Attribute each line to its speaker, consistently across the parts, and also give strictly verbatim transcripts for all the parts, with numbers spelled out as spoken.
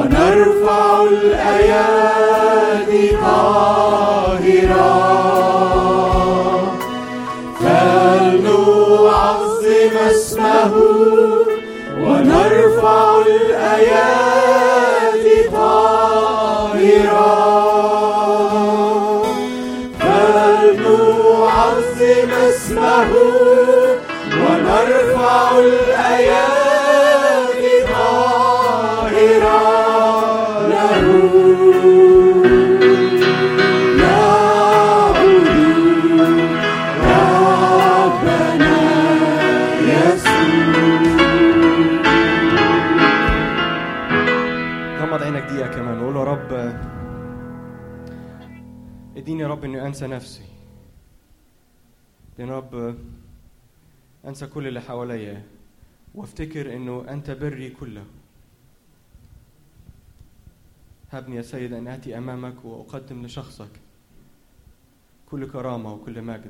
Speaker 1: ونرفع الأيادي طاهرة، فلنعظم اسمه ونرفع الأيادي طاهرة، فلنعظم اسمه ونرفع الأيادي طاهرة له.
Speaker 2: غمض عينك دقيقة كمان وقول يا رب اديني يا رب اني انسى نفسي، يا رب انسى كل اللي حواليا وافتكر انه انت بري كله. هبني يا سيد ان اتي امامك واقدم لشخصك كل كرامة وكل مجد.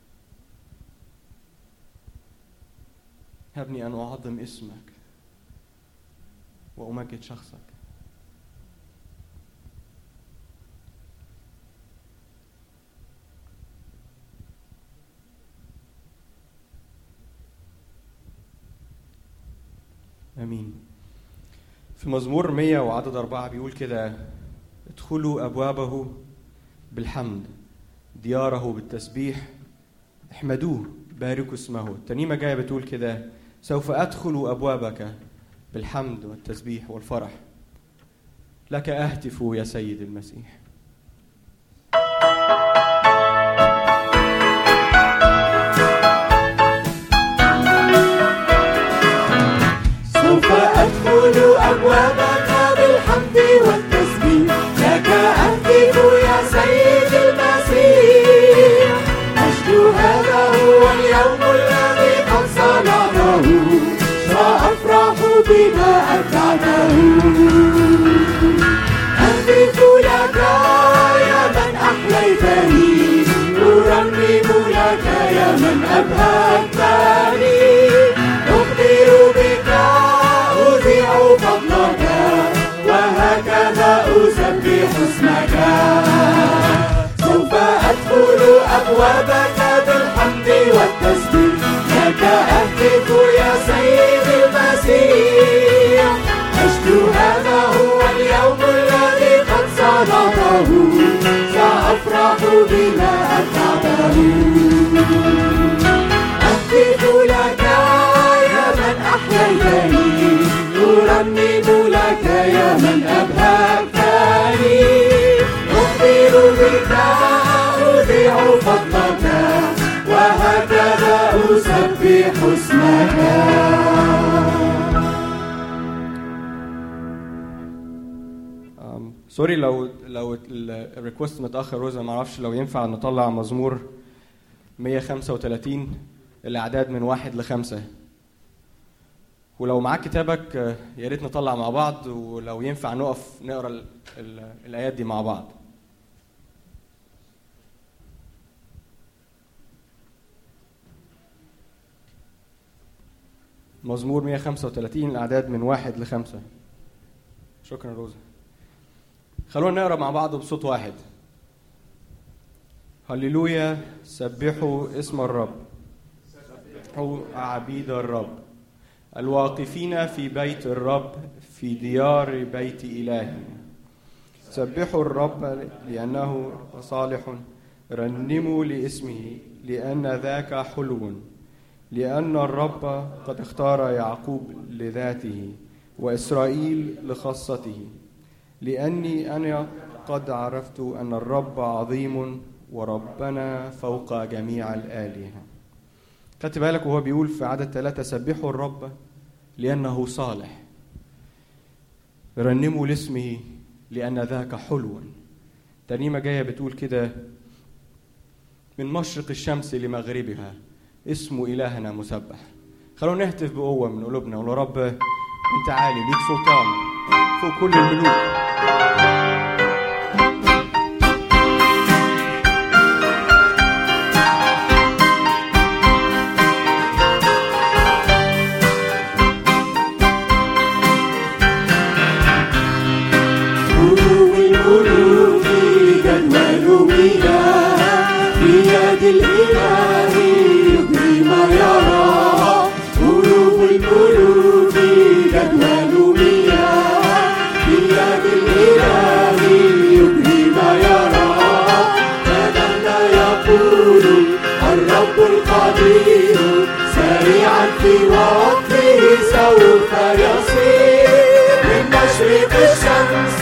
Speaker 2: هبني ان اعظم اسمك وامجد شخصك. امين. في مزمور مية وعدد أربعة بيقول كده: ادخلوا أبوابه بالحمد، دياره بالتسبيح، احمدوه، باركوا اسمه. الترنيمة جاية بتقول كده: سوف أدخل أبوابك بالحمد والتسبيح والفرح، لك أهتف يا سيد المسيح.
Speaker 1: سوف أدخل أبوابك بالحمد والتسبيح، لك أهتف يا سيد المسيح. مجد هذا هو اليوم الذي قد صنعته، سأفرح بما أبدعته. أهتف لك يا من أحييتني، أرنم لك يا من أبهجتني. أخبر بك أذيع فضلك، وهكذا أسبح اسمك. سوف أدخل أبوابك بالحمد والتسبيح، لك أهتف يا سيد المسيح. مجد هذا هو اليوم الذي قد صنعته، سأفرح بما أبدعته. أهتف لك يا من أحييتني، أرنم لك يا من أبهجتني. أخبر بك أذيع فضلك، وهكذا أسبح اسمك.
Speaker 2: سوري لو لو الريكوست متأخر روزا، ما اعرفش لو ينفع نطلع مزمور مية وخمسة وثلاثين الأعداد من واحد لخمسة. ولو معاك كتابك يا ريت نطلع مع بعض، ولو ينفع نقف نقرا ال ال الآيات دي مع بعض. مزمور مية وخمسة وثلاثين الأعداد من واحد لخمسة. شكرا روزا. خلونا نقرا مع بعض بصوت واحد. هللويا، سبحوا اسم الرب، سبحوا عبيد الرب الواقفين في بيت الرب، في ديار بيت إلهي. سبحوا الرب لأنه صالح، رنموا لاسمه لأن ذاك حلو. لأن الرب قد اختار يعقوب لذاته، وإسرائيل لخاصته. لأني أنا قد عرفت أن الرب عظيم، وربنا فوق جميع الآلهة. خدت بالك وهو بيقول في عدد ثلاثة: سبحوا الرب لأنه صالح، رنموا لاسمه لأن ذاك حلو. ترنيمة جاية بتقول كده: من مشرق الشمس لمغربها اسم إلهنا مسبح. خلونا نهتف بقوة من قلوبنا ونقول: رب أنت عالي، ليك سلطان فوق كل الملوك.
Speaker 1: الإله يجري ما يرى، قلوب الملوك جدول مياه، بيد الإله يجري ما يرى، فمهما يقول الرب القدير سريعا في وقته سوف يصير، من مشرق الشمس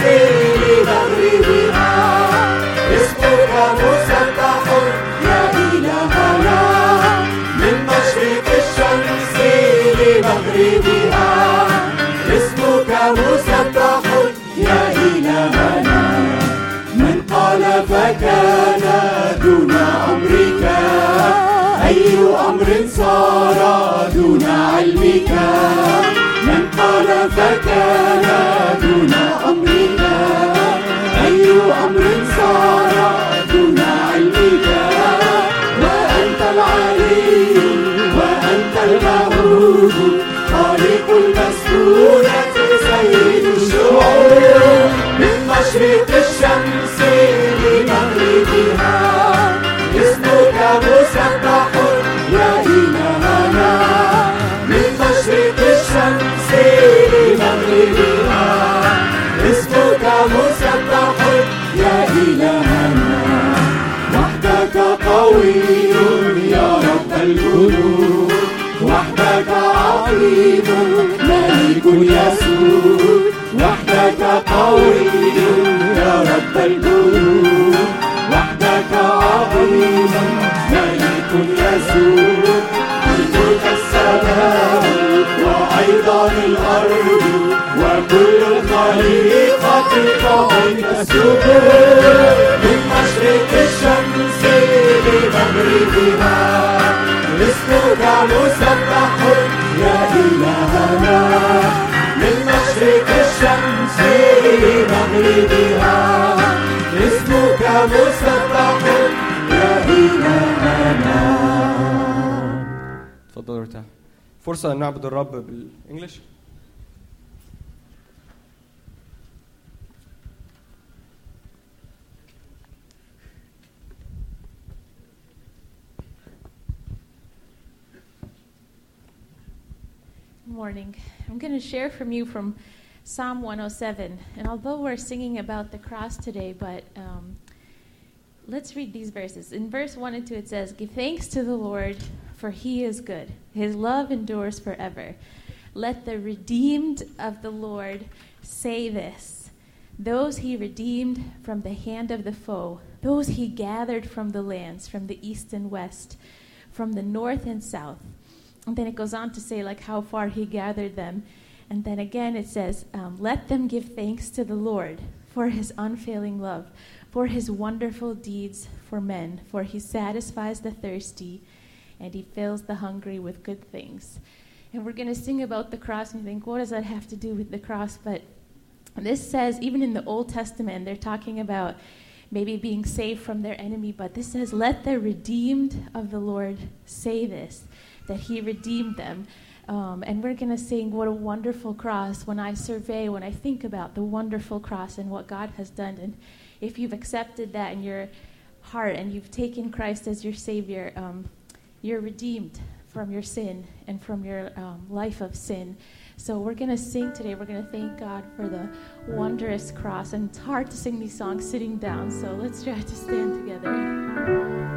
Speaker 1: لمغربها اسمك مسبح يا إلهنا، من مشرق الشمس لمغربها اسمك مسبح يا إلهنا، من قال فكان دون أمرك، أي أمر صار دون علمك، من قال فكان دون أمرك، أي أمر صار دون علمك، وأنت العلي وأنت المهوب خالق المسكونة سيد الشعوب، من مشرق الشمس لمغربها اسمك مسبح يا إلهنا، من مشرق الشمس لمغربها اسمك مسبح يا إلهنا، وحدك قوي يا رب الجنود، وحدك عظيم ملك يسوع، وحدك قوي يا رب الجنود، وحدك عظيم ملك يسوع، ملكك السماء وأيضا الأرض وكل الخليقة فوق السجود، من مشرق الشمس لمغربها اسمك مسبح يا إلهنا، من مشرق الشمس لمغربها اسمك مسبح يا إلهنا.
Speaker 2: اتفضلوا ارتاح. فرصة أن نعبد الرب بالإنجليش.
Speaker 3: Good morning. I'm going to share from you from Psalm one oh seven. And although we're singing about the cross today, but um, let's read these verses. In verse one and two it says, "Give thanks to the Lord, for he is good. His love endures forever. Let the redeemed of the Lord say this, those he redeemed from the hand of the foe, those he gathered from the lands, from the east and west, from the north and south." And then it goes on to say like how far he gathered them. And then again it says, um, "Let them give thanks to the Lord for his unfailing love, for his wonderful deeds for men, for he satisfies the thirsty and he fills the hungry with good things." And we're going to sing about the cross, and you think, what does that have to do with the cross? But this says, even in the Old Testament, they're talking about maybe being saved from their enemy, but this says, "Let the redeemed of the Lord say this," that he redeemed them. Um, and we're going to sing what a wonderful cross when I survey, when I think about the wonderful cross and what God has done. And if you've accepted that in your heart and you've taken Christ as your Savior, um, you're redeemed from your sin and from your um, life of sin. So we're going to sing today. We're going to thank God for the wondrous cross. And it's hard to sing these songs sitting down, so let's try to stand together.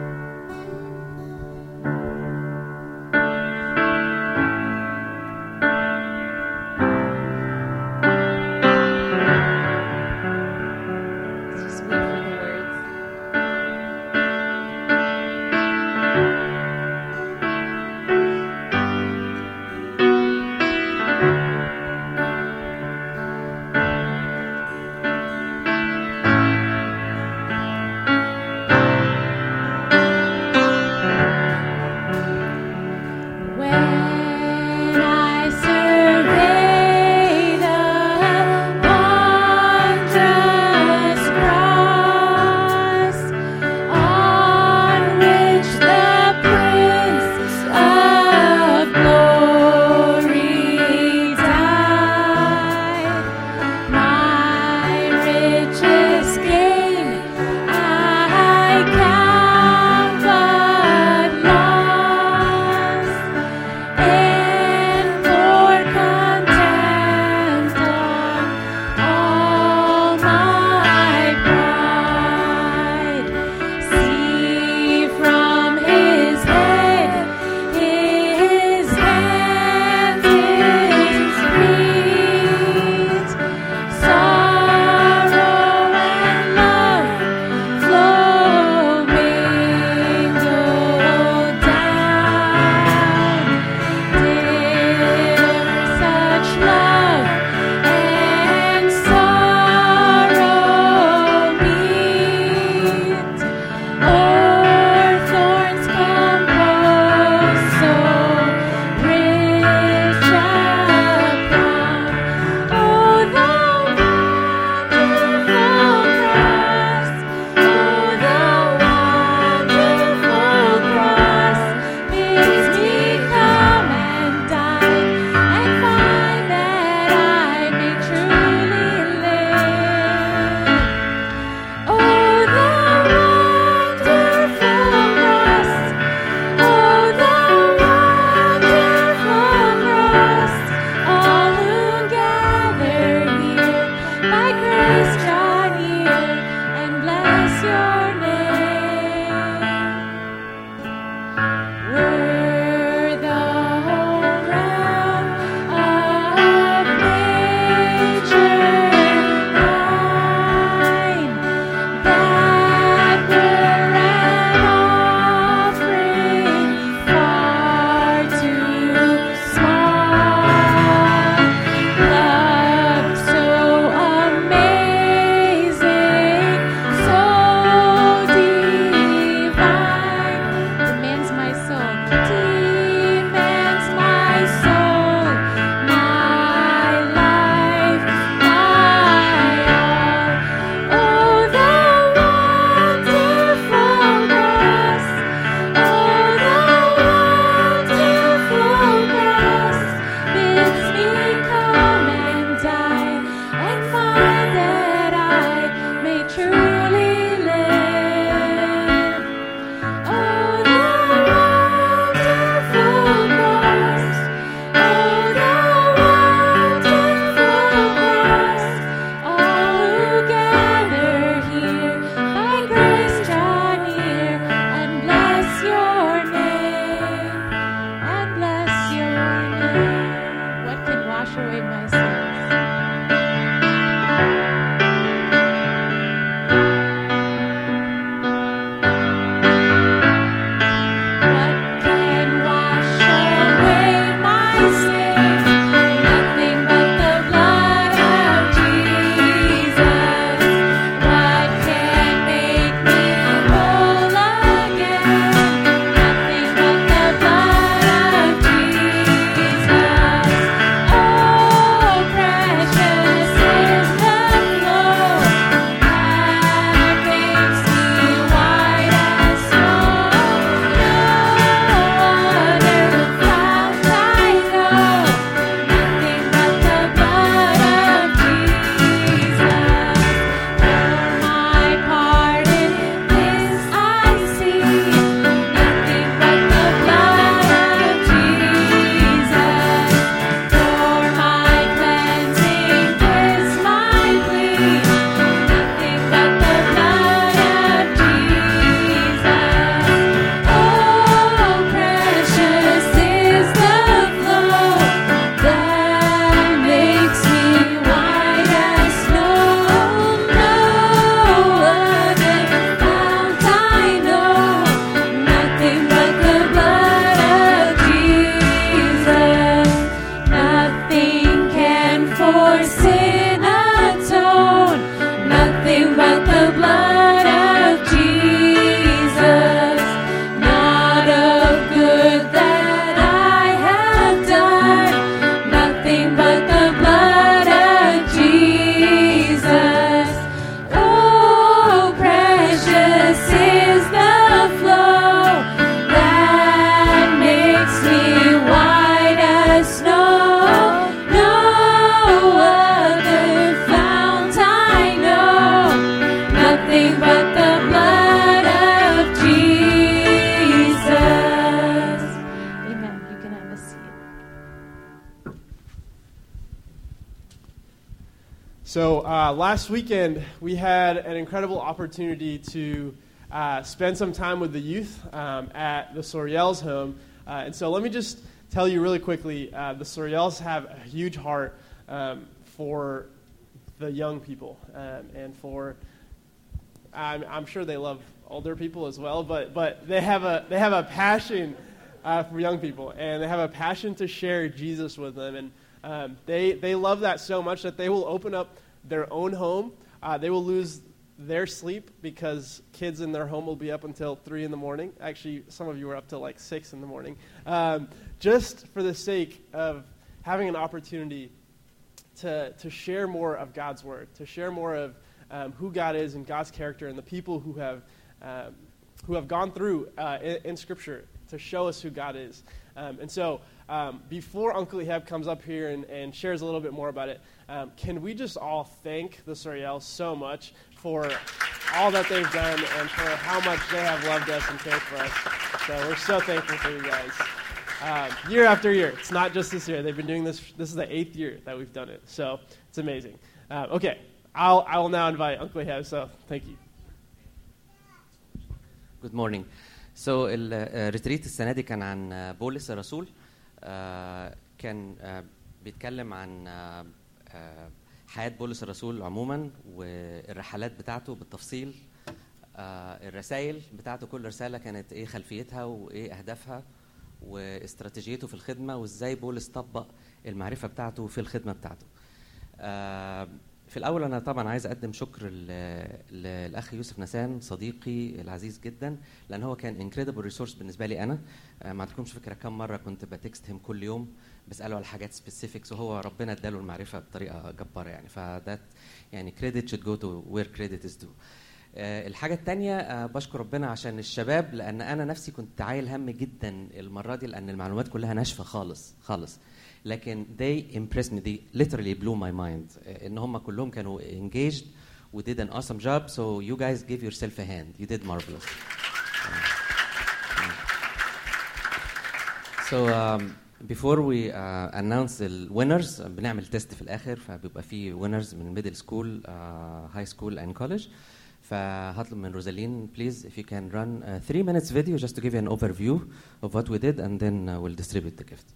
Speaker 4: So uh, last weekend, we had an incredible opportunity to uh, spend some time with the youth um, at the Soriel's home. Uh, and so let me just tell you really quickly, uh, the Soriels have a huge heart um, for the young people. Um, and for, I'm, I'm sure they love older people as well, but, but they have a, they have a passion uh, for young people. And they have a passion to share Jesus with them. And Um, they, they love that so much that they will open up their own home. Uh, they will lose their sleep because kids in their home will be up until three in the morning. Actually, some of you were up till like six in the morning. Um, just for the sake of having an opportunity to, to share more of God's word, to share more of um, who God is and God's character and the people who have, um, who have gone through uh, in, in Scripture to show us who God is. Um, and so um, before Uncle Ehab comes up here and, and shares a little bit more about it, um, can we just all thank the Soriels so much for all that they've done and for how much they have loved us and cared for us. So we're so thankful for you guys. Um, year after year. It's not just this year. They've been doing this. This is the eighth year that we've done it. So it's amazing. Uh, okay. I'll, I will now invite Uncle Ehab. So thank you.
Speaker 5: Good morning. So الريتريت السنة دي كان عن بولس الرسول. كان بيتكلم عن حياة بولس الرسول عموما والرحلات بتاعته بالتفصيل. الرسائل بتاعته كل رسالة كانت ايه خلفيتها وايه اهدافها واستراتيجيته في الخدمة وازاي بولس طبق المعرفة بتاعته في الخدمة بتاعته. في الأول أنا طبعًا عايز أقدم شكر للأخ يوسف نسان صديقي العزيز جدًا لأن هو كان incredible resource بالنسبة لي أنا. ما عندكمش فكرة كم مرة كنت بتكست هم كل يوم بسأله على حاجات specifics وهو ربنا اداله المعرفة بطريقة جبارة يعني. فده يعني credit should go to where credit is due. الحاجة التانية بشكر ربنا عشان الشباب لأن أنا نفسي كنت عايل هم جدًا المرة دي لأن المعلومات كلها ناشفة خالص خالص. لكن they impressed me, they literally blew my mind. إن هم كلهم كانوا engaged we did an awesome job, so you guys give yourself a hand. You did marvelous. So um, before we uh, announce the winners, بنعمل تيست في الآخر فبيبقى في winners من middle school, uh, high school and college. فهطلب من روزالين please if you can run a three minutes video just to give you an overview of what we did and then uh, we'll distribute the gift.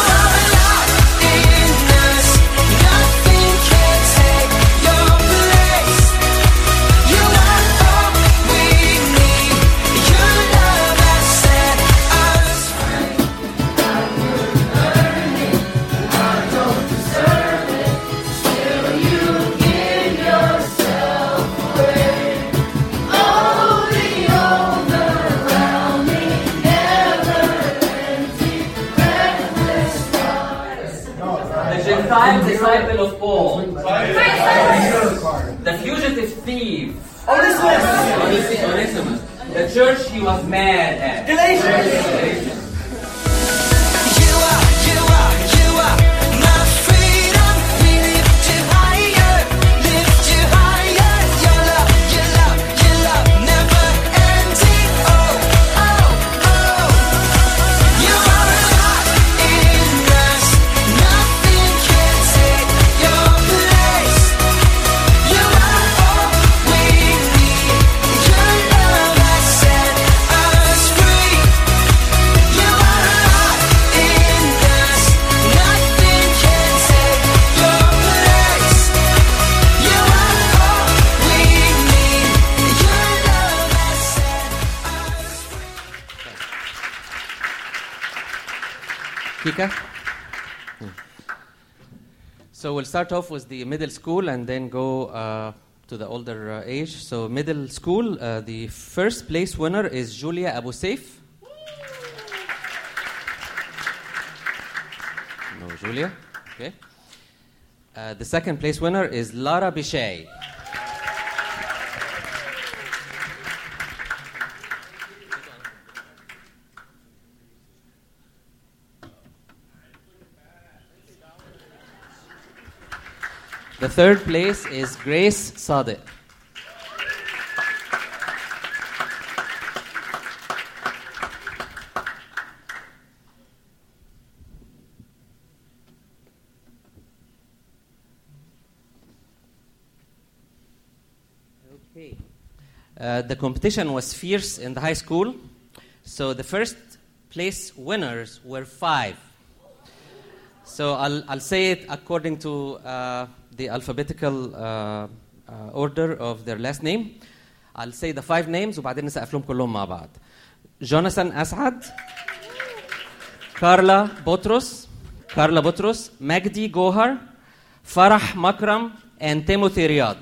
Speaker 6: Nothing can take your place.
Speaker 5: Gentile disciple of Paul. The fugitive thief. Onesimus. The church he was mad at. Galatians.
Speaker 6: You are, you are, you are my freedom. We lift you higher, lift you higher. Your love, your love, your love, never ending. Oh, oh, oh. You are alive in us. Nothing can take your place. You are all we need. Your love has set us free. You are alive in us. Nothing can take your place. You are all we need. Your love has set us free.
Speaker 5: Kika? So we'll start off with the middle school and then go uh, to the older uh, age. So middle school, uh, the first place winner is Julia Abu Saif. No, Julia. Okay. Uh, the second place winner is Lara Bishay. The third place is Grace Sadiq. Okay. Uh, the competition was fierce in the high school. So the first place winners were five. So I'll, I'll say it according to uh, the alphabetical uh, uh, order of their last name. I'll say the five names وبعدين نسقف لهم كلهم مع بعض. Jonathan Asad, Carla Botros, Carla Botros, Magdi Gohar, Farah Makram, and Timothy Riyad.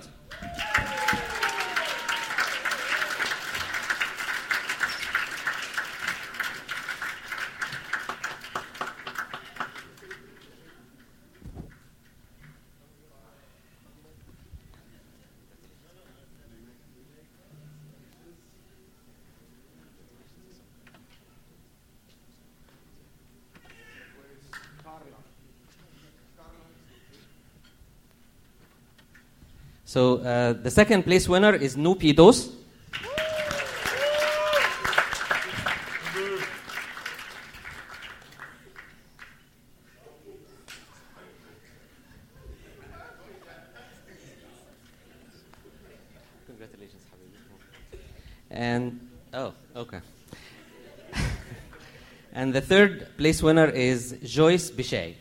Speaker 5: So uh, the second place winner is Nupi Dos. Congratulations, Habibi. And oh, okay. And the third place winner is Joyce Bishay.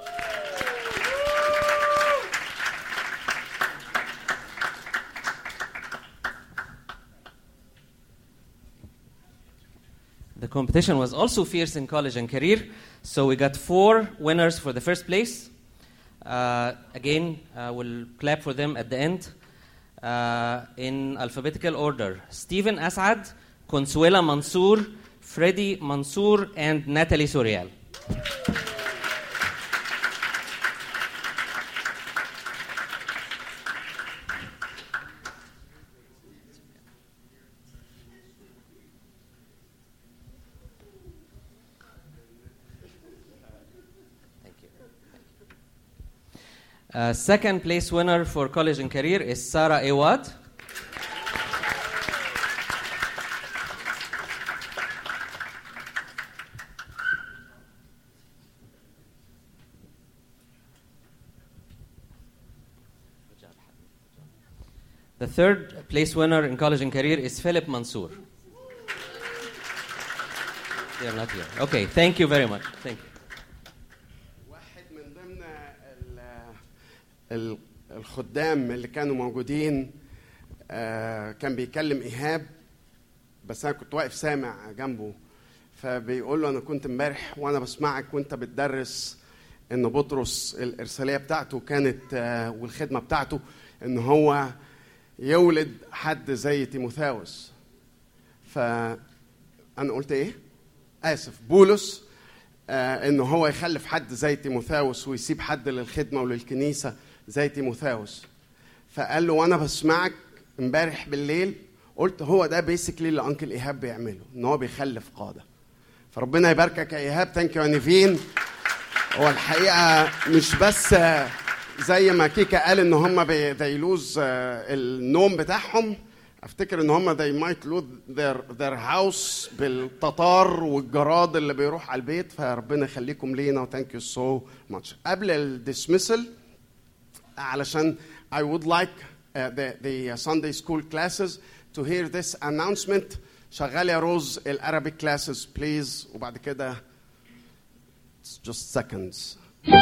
Speaker 5: The competition was also fierce in college and career. So we got four winners for the first place. Uh, again, uh, we'll clap for them at the end. Uh, in alphabetical order. Stephen Asad, Consuela Mansour, Freddie Mansour, and Natalie Suriel. Uh, second place winner for college and career is Sarah Awad. The third place winner in college and career is Philip Mansour. They are not here. Okay, thank you very much. Thank you.
Speaker 7: الخدام اللي كانوا موجودين كان بيكلم إيهاب بس أنا كنت واقف سامع جنبه فبيقول له أنا كنت امبارح وأنا بسمعك وأنت بتدرس إن بطرس الإرسالية بتاعته كانت والخدمة بتاعته إن هو يولد حد زي تيموثاوس. فأنا قلت إيه؟ آسف بولس آه انه هو يخلف حد زي تيموثاوس ويسيب حد للخدمه وللكنيسه زي تيموثاوس. فقال له وانا بسمعك امبارح بالليل قلت هو ده بيسكلي اللي انكل ايهاب بيعمله، ان هو بيخلف قاده. فربنا يباركك يا ايهاب. ثانك يو يا نيفين. هو الحقيقه مش بس زي ما كيكا قال ان هم بيلوز النوم بتاعهم، افتكر ان هم they might lose their their house بالتتار والجراد اللي بيروح على البيت. فربنا يخليكم لينا وثانك يو سو ماتش. قبل الديسميسل علشان I would like uh, the the Sunday school classes to hear this announcement. شغال يا روز ال Arabic classes please. وبعد كده it's just seconds.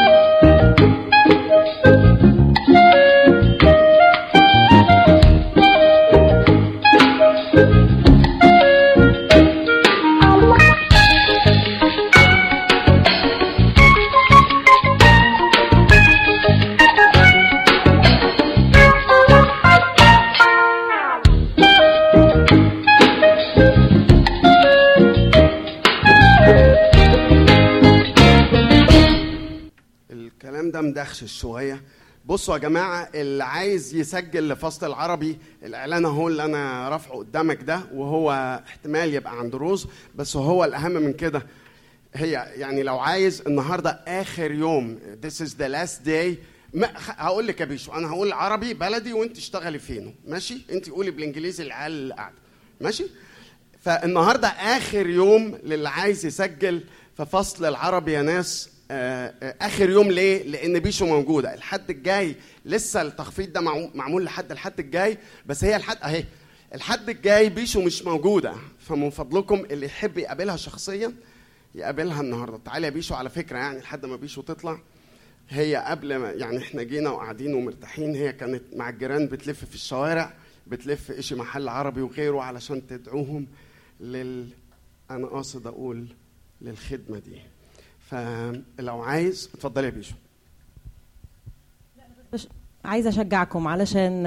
Speaker 7: ده مدخش شويه. بصوا يا جماعه اللي عايز يسجل لفصل العربي الاعلان اهو اللي انا رافعه قدامك ده، وهو احتمال يبقى عند روز بس هو الاهم من كده. هي يعني لو عايز النهارده اخر يوم this is the last day. هقول لك يا بيشو انا هقول عربي بلدي وانت اشتغلي فينه ماشي، انت قولي بالانجليزي العيال اللي قاعده ماشي. فالنهارده اخر يوم للي عايز يسجل في فصل العربي يا ناس. اخر يوم ليه؟ لان بيشو موجوده. الحد الجاي لسه التخفيض ده معمول لحد الحد الجاي، بس هي الحد اهي الحد الجاي بيشو مش موجوده. فمن فضلكم اللي يحب يقابلها شخصيا يقابلها النهارده. تعالي يا بيشو. على فكره يعني لحد ما بيشو تطلع، هي قبل ما يعني احنا جينا وقاعدين ومرتاحين، هي كانت مع الجيران بتلف في الشوارع، بتلف إشي محل عربي وغيره علشان تدعوهم لل انا قاصد اقول للخدمه دي. فلو عايز اتفضلي يا بيشو.
Speaker 8: عايزه اشجعكم علشان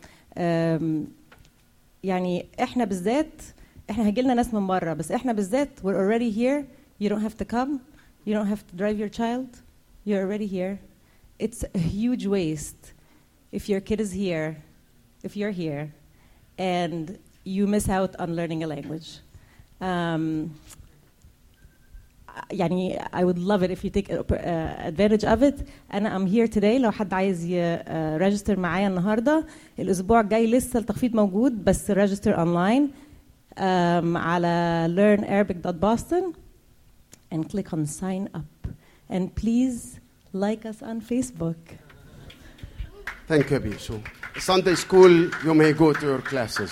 Speaker 8: يعني احنا بالذات احنا هيجيلنا ناس من بره، بس احنا بالذات we're already here. You don't have to come. You don't have to drive your child. You're already here. It's a huge waste if your kid is here, if you're here, and you miss out on learning a language. Um, يعني I would love it if you take uh, advantage of it. أنا I'm here today. لو حد عايز يريجستر uh, معايا النهاردة، الأسبوع الجاي لسه التخفيض موجود بس register online um, على learn arabic dot boston and click on sign up and please like us on Facebook.
Speaker 7: Thank you, Bishu. Sunday school, you may go to your classes.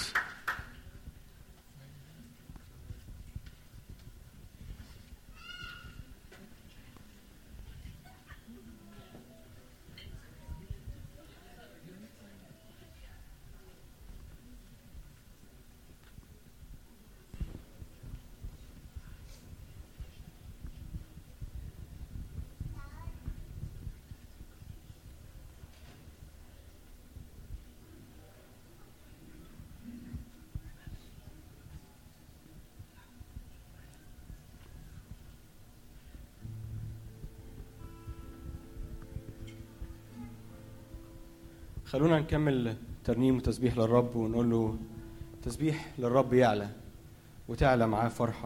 Speaker 2: خلونا نكمل ترنيم وتسبيح للرب ونقول له تسبيح للرب يعلى وتعلى معاه فرحة.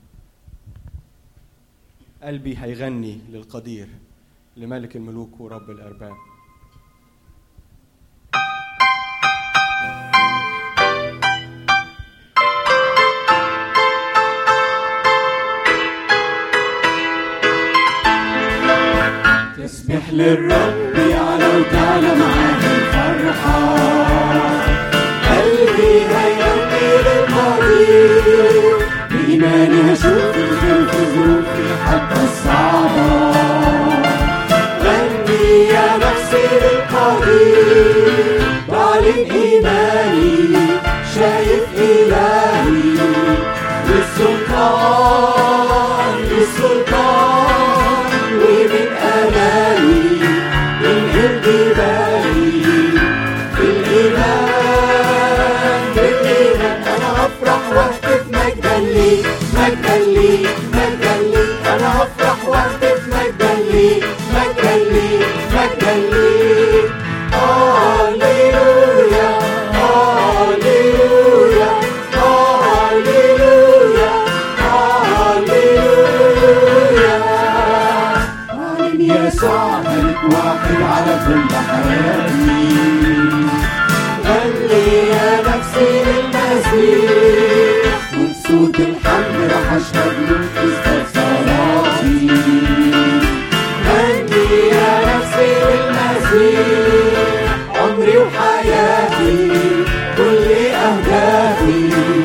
Speaker 2: قلبي هيغني للقدير لملك الملوك ورب الأرباب.
Speaker 1: تسبح للرب يعلى وتعلى معاه الفرحة. قلبي هيغني للقدير، بإيماني هشوف الخير في ظروفي حتى الصعبة. غني يا نفسي للقدير، بعلن إيماني شايف إلهي للسلطان للسلطان ومن أماني ينهر جبالي. بالإيمان بالإيمان أنا هفرح واهتف مجدا لي مجدا لي مجدا لي. أنا هفرح ليك مجدا ليك مجدا ليك هاليلويا هاليلويا هاليلويا هاليلويا أعلن يسوع ملك واحد على كل حياتي غني يا نفسي للمسيح وبصوت الحمد رح أشهد له تزداد صلاتي غني يا نفسي للمسيح عمري وحياتي كل أهدافي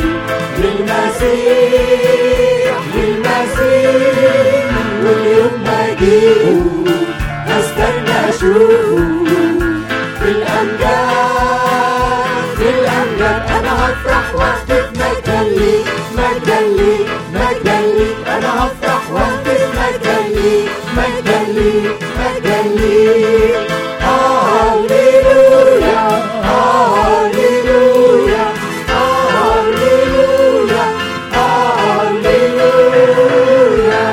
Speaker 1: للمسيح للمسيح واليوم ما أجيبه هستنى أشوفه في الأمجاد في الأمجاد أنا هفرح وأهتف مجدا ليك مجدا ليك مجدا ليك أنا هفرح وأهتف مجدا ليك مجدا ليك مجدا ليك هاليلويا هاليلويا هاليلويا هاليلويا.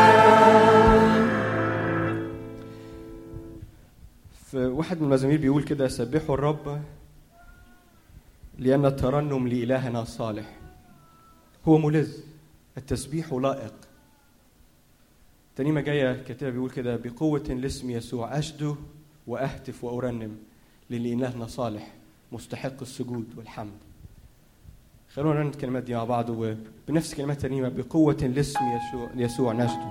Speaker 2: في واحد من المزامير بيقول كده: سبحوا الرب لأن الترنم لإلهنا الصالح هو ملذ، التسبيح لائق. ترنيمة جاية كتاب بيقول كده: بقوة لاسم يسوع أشدو وأهتف وأرنم لإلهنا صالح مستحق السجود والحمد. خلونا نرنم الكلمات دي مع بعض وبنفس كلمات ترنيمة: بقوة لاسم يسوع, يسوع نشدو.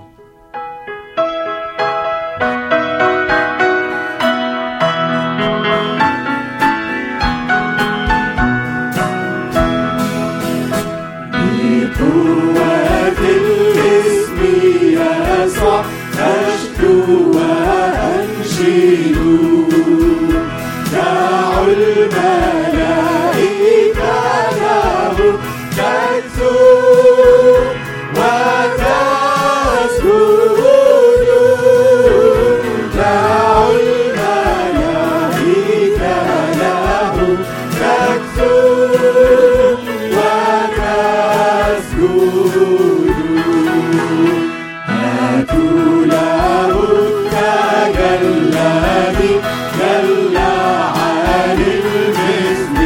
Speaker 1: بقوة الاسم يسوع أشكو وأنشد دعوا الملائكة له تكسو وتسجد دعوا الملائكة له تكسو هاتوا له التجلي جلى عن المثل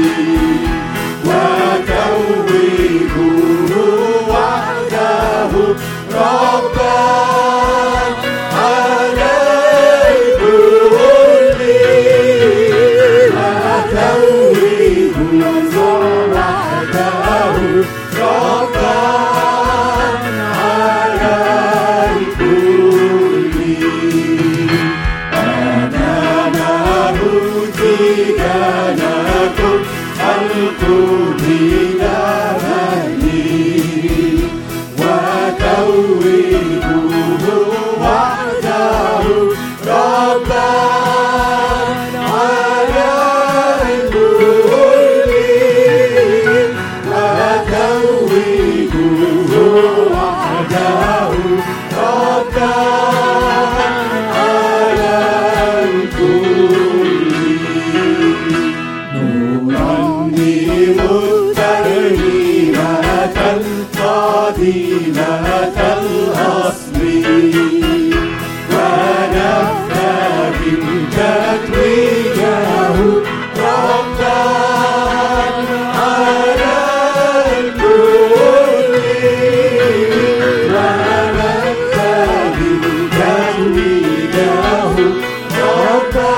Speaker 1: وتوجوه وحده ربا على الكل وتوجوه وحده ربا لكم ألقوا إلى مهلي وتوجوه وحده ربا على الكل وتوجوه وحده ربا على الكل نرنم الترنيمة القديمة الأصل ونفتدي تتويجه ربا على الكل ونفتدي تتويجه ربا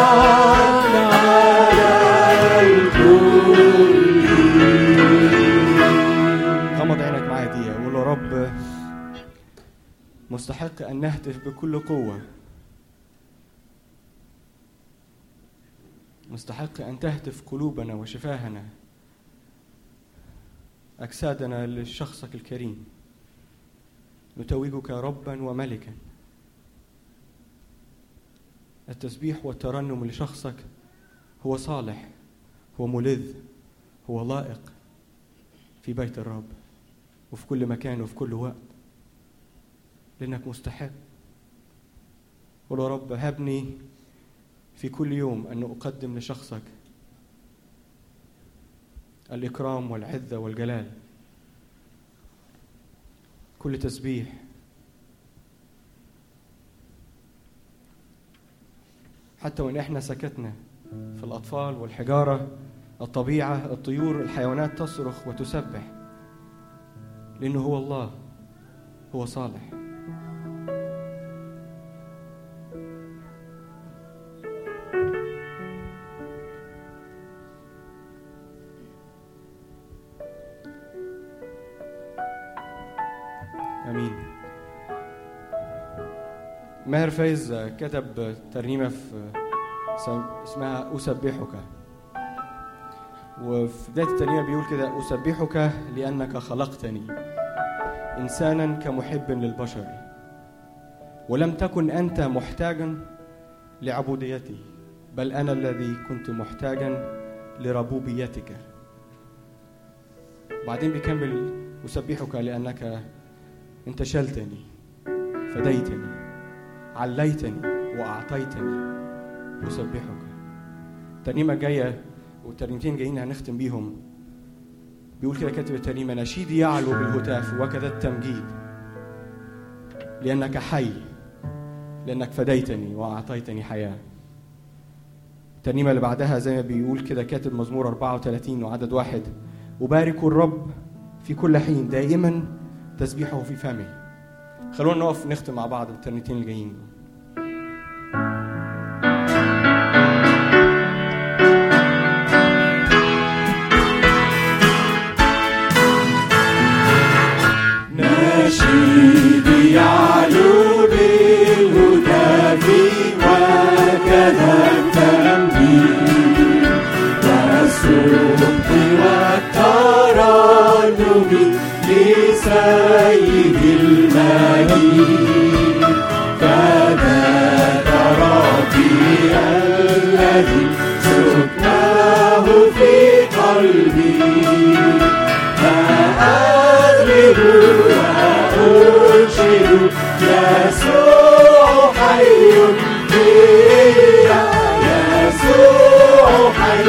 Speaker 2: غمض عينك معايا دي وقول له: رب مستحق أن نهتف بكل قوة، مستحق أن تهتف قلوبنا وشفاهنا أجسادنا لشخصك الكريم، نتوجك ربا وملكا. التسبيح والترنم لشخصك هو صالح، هو ملذ، هو لائق في بيت الرب وفي كل مكان وفي كل وقت، لأنك مستحق. قل يا رب: هبني في كل يوم أن أقدم لشخصك الإكرام والعزة والجلال، كل تسبيح حتى وإن إحنا سكتنا، في الأطفال والحجارة، الطبيعة، الطيور، الحيوانات تصرخ وتسبح، لأنه هو الله، هو صالح. امين. ماهر فايز كتب ترنيمه في اسمها اسبحك، وفي بدايه الترنيمه بيقول كده: اسبحك لانك خلقتني انسانا كمحب للبشر، ولم تكن انت محتاجا لعبوديتي، بل انا الذي كنت محتاجا لربوبيتك. بعدين بيكمل: اسبحك لانك انتشلتني، فديتني، عليتني وأعطيتني، أسبحك. الترنيمة جاية والترنيمتين جايين هنختم بيهم. بيقول كده كاتب الترنيمة: نشيدي يعلو بالهتاف وكذا التمجيد، لأنك حي، لأنك فديتني وأعطيتني حياة. الترنيمة اللي بعدها زي ما بيقول كده كاتب مزمور أربعة وثلاثين وعدد واحد: أبارك الرب في كل حين، دائما تسبيحه في فمي. خلونا نقف نختم مع بعض الترنيمتين اللي جايين.
Speaker 1: نشيدي يعلو بالهتاف وكذا التمجيد، والسبح والترنم لسيد المجيد. فذاك ربي الذي سكنه في قلبي، فأغلب وأنشد يسوع حي فيا، يسوع حي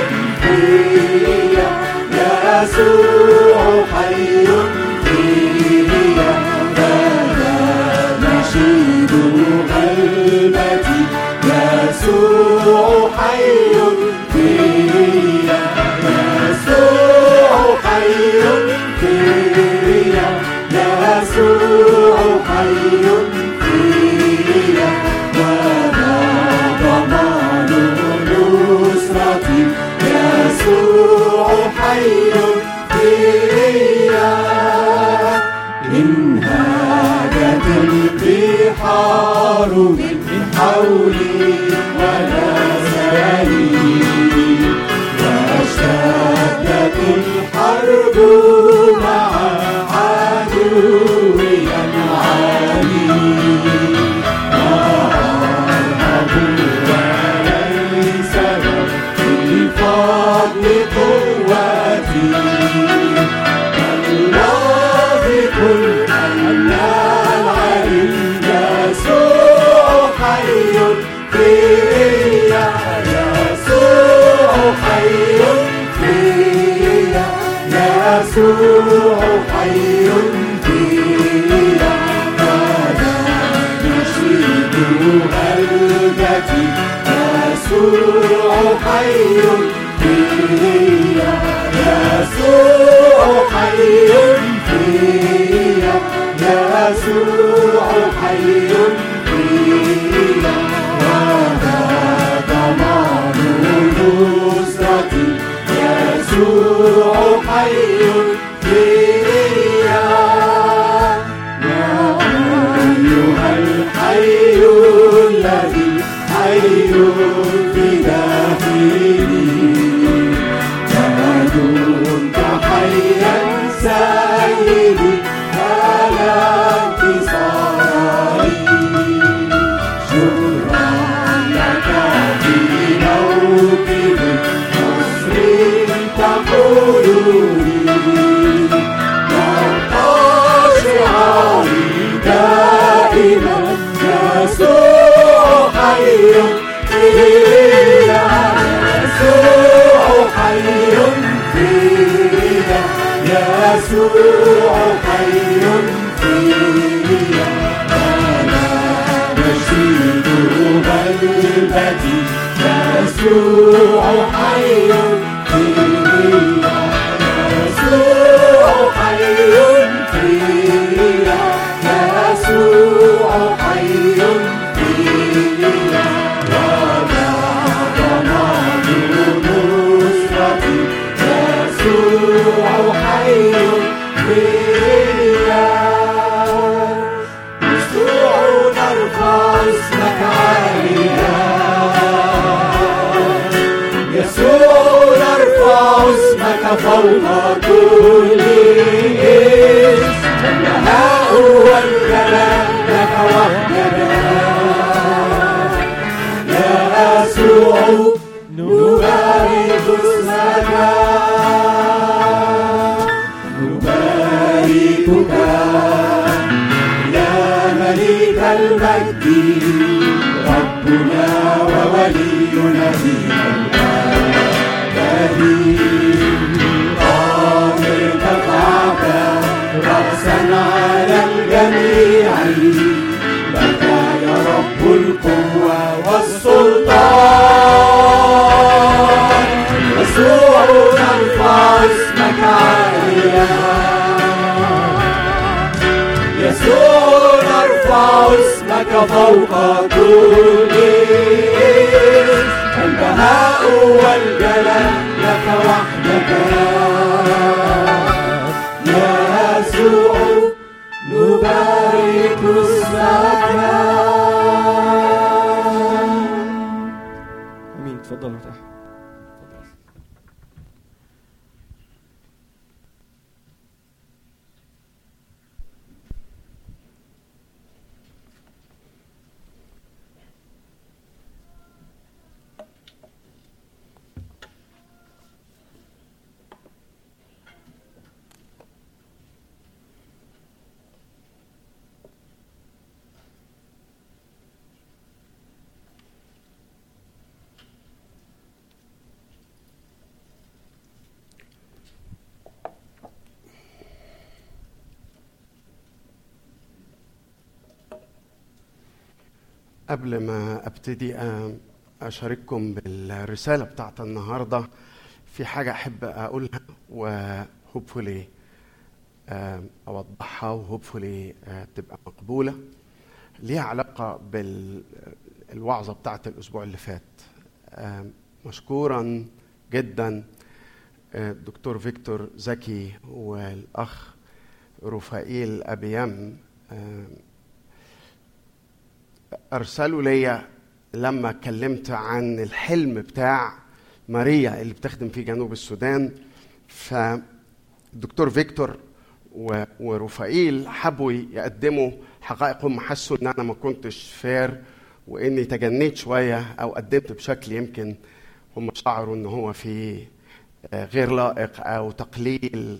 Speaker 1: فيا، يسوع حي فيا. فلا نشيد قلبتي، يسوع حي فيا، يسوع حي فيا، يسوع حي فيا. وما ضمان نصرتي، يسوع حي فيا. إن هاجت البحار من حولي ونزلي، واشتدت الحرب مع عدوي العليم، وأرهب وليس في فضل قوتي، كل أن العلي يسوع حي فيا، يسوع حي فيا، يسوع حي فيا. فلا نشيد قلبتي، يسوع حي فيا، يسوع حي فيا، يسوع حي فيا. وما ضمان نصرتي، يسوع حي فيا. يا أيها الحي الذي حي في داخلي، كنت حيا سيدي على انتصاري. شكرا لك في موكب نصر تقول لي، يبقى شعاري دائما يسوع حي فيا، يسوع حي فيا، يسوع حي فيا. أنا نشيد قلبتي، جديد. يسوع حي فيا، يسوع حي فيا، يسوع حي فيا، وما ضمان نصرتي. يسوع حي فيا، يسوع نرفع اسمك عاليا، يسوع نرفع اسمك فوق كل اسم. البهاء والجلال لك وحدك يا يسوع، نبارك اسمك، نباركك يا ملك المجد، ربنا وولينا في الأبد. قد ارتفعت رأسا على الجميع، لك يا رب القوة والسلطان. يسوع نرفع اسمك عاليا، يسوع نرفع اسمك فوق كل اسم. البهاء والجلال لك وحدك يا يسوع، نبارك اسمك.
Speaker 2: امين. تفضل ارتاح.
Speaker 7: قبل ما ابتدي اشارككم بالرساله بتاعت النهارده، في حاجه احب اقولها وهوبفولي اوضحها وهوبفولي تبقى مقبوله. ليها علاقه بالوعظه بتاعت الاسبوع اللي فات. مشكورا جدا الدكتور فيكتور زكي والاخ رفائيل ابيام أرسلوا لي لما اتكلمت عن الحلم بتاع ماريا اللي بتخدم في جنوب السودان. فالدكتور فيكتور ورفائيل حبوا يقدموا حقائق. هم حسوا ان انا ما كنتش فير واني تجنيت شويه او قدمت بشكل يمكن هم شعروا ان هو في غير لائق او تقليل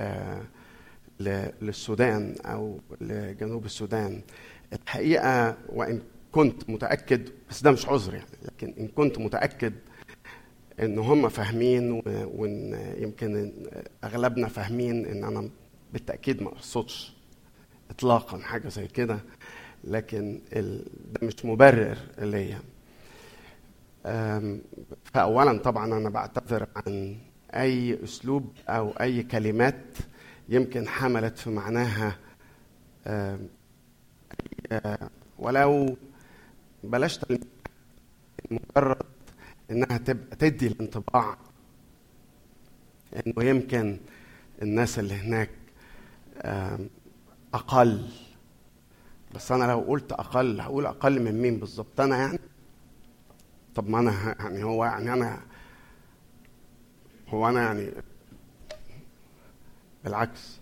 Speaker 7: للسودان او لجنوب السودان. الحقيقة وإن كنت متأكد، بس ده مش عذر يعني، لكن إن كنت متأكد إن هم فاهمين وإن يمكن أغلبنا فاهمين إن أنا بالتأكيد ما أقصدش إطلاقا حاجة زي كده، لكن ده مش مبرر ليا. فأولا طبعا أنا بعتذر عن أي أسلوب أو أي كلمات يمكن حملت في معناها ولو بلاش مجرد انها تبقى تدي الانطباع انه يمكن الناس اللي هناك اقل. بس انا لو قلت اقل هقول اقل من مين بالظبط؟ انا يعني طب ما انا يعني هو يعني انا هو انا يعني بالعكس.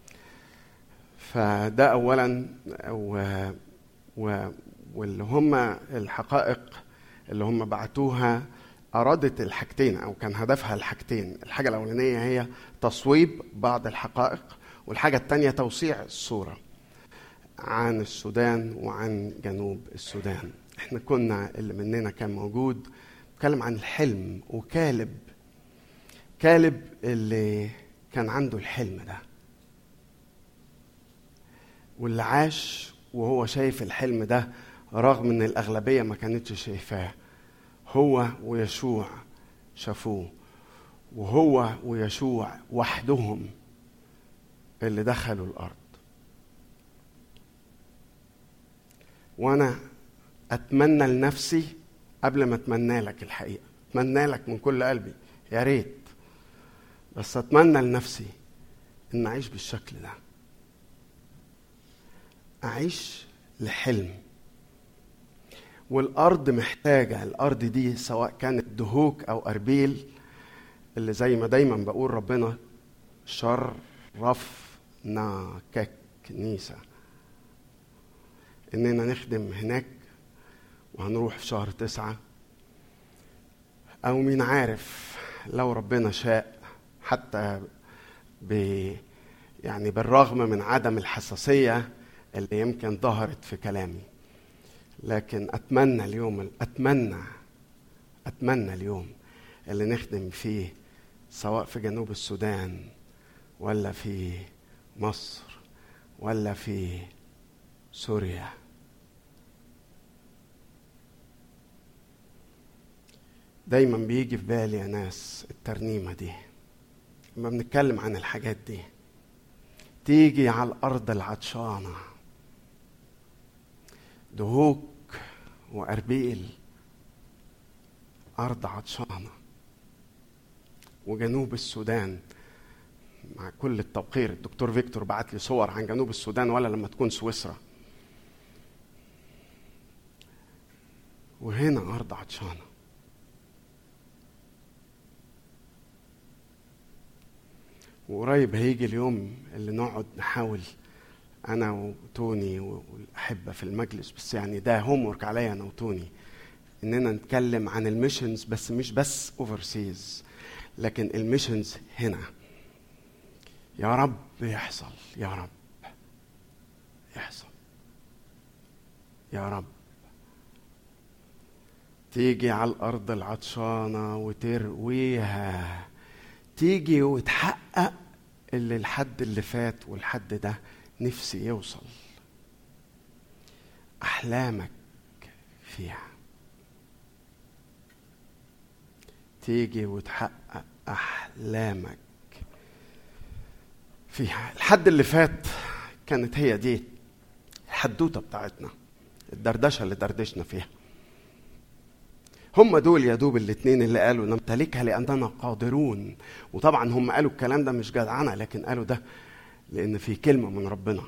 Speaker 7: فده اولا و و واللي هم الحقائق اللي هم بعتوها أرادت الحاجتين أو كان هدفها الحاجتين. الحاجة الأولانية هي تصويب بعض الحقائق، والحاجة الثانية توسيع الصورة عن السودان وعن جنوب السودان. احنا كنا اللي مننا كان موجود بتكلم عن الحلم، وكالب كالب اللي كان عنده الحلم ده واللي عاش وهو شايف الحلم ده رغم ان الأغلبية ما كانتش شايفاه، هو ويشوع شافوه، وهو ويشوع وحدهم اللي دخلوا الأرض. وأنا أتمنى لنفسي قبل ما أتمنى لك، الحقيقة أتمنى لك من كل قلبي، يا ريت، بس أتمنى لنفسي إن أعيش بالشكل ده، أعيش لحلم. والأرض محتاجة، الأرض دي سواء كانت دهوك أو أربيل، اللي زي ما دايما بقول ربنا شرفنا ككنيسة إننا نخدم هناك، وهنروح في شهر تسعة، أو مين عارف لو ربنا شاء حتى ب يعني بالرغم من عدم الحساسية اللي يمكن ظهرت في كلامي، لكن أتمنى اليوم أتمنى أتمنى اليوم اللي نخدم فيه سواء في جنوب السودان ولا في مصر ولا في سوريا. دايما بيجي في بالي يا ناس الترنيمة دي لما بنتكلم عن الحاجات دي، تيجي على الأرض العطشانة، دهوك وأربيل، أرض عطشانة، وجنوب السودان. مع كل التوقير، الدكتور فيكتور بعت لي صور عن جنوب السودان ولا لما تكون سويسرا، وهنا أرض عطشانة. وقريب هيجي اليوم اللي نقعد نحاول أنا وتوني والأحبة في المجلس، بس يعني ده هومورك عليا أنا وتوني، إننا نتكلم عن الميشنز، بس مش بس overseas، لكن الميشنز هنا. يا رب يحصل، يا رب يحصل، يا رب تيجي على الأرض العطشانة وترويها، تيجي وتحقق اللي الحد اللي فات والحد ده نفسي يوصل، أحلامك فيها، تيجي وتحقق أحلامك فيها. الحد اللي فات كانت هي دي الحدوتة بتاعتنا، الدردشة اللي دردشنا فيها. هم دول يا دوب الاثنين اللي قالوا نمتلكها لأننا قادرون. وطبعا هم قالوا الكلام ده مش جدعنة، لكن قالوا ده لأن في كلمة من ربنا،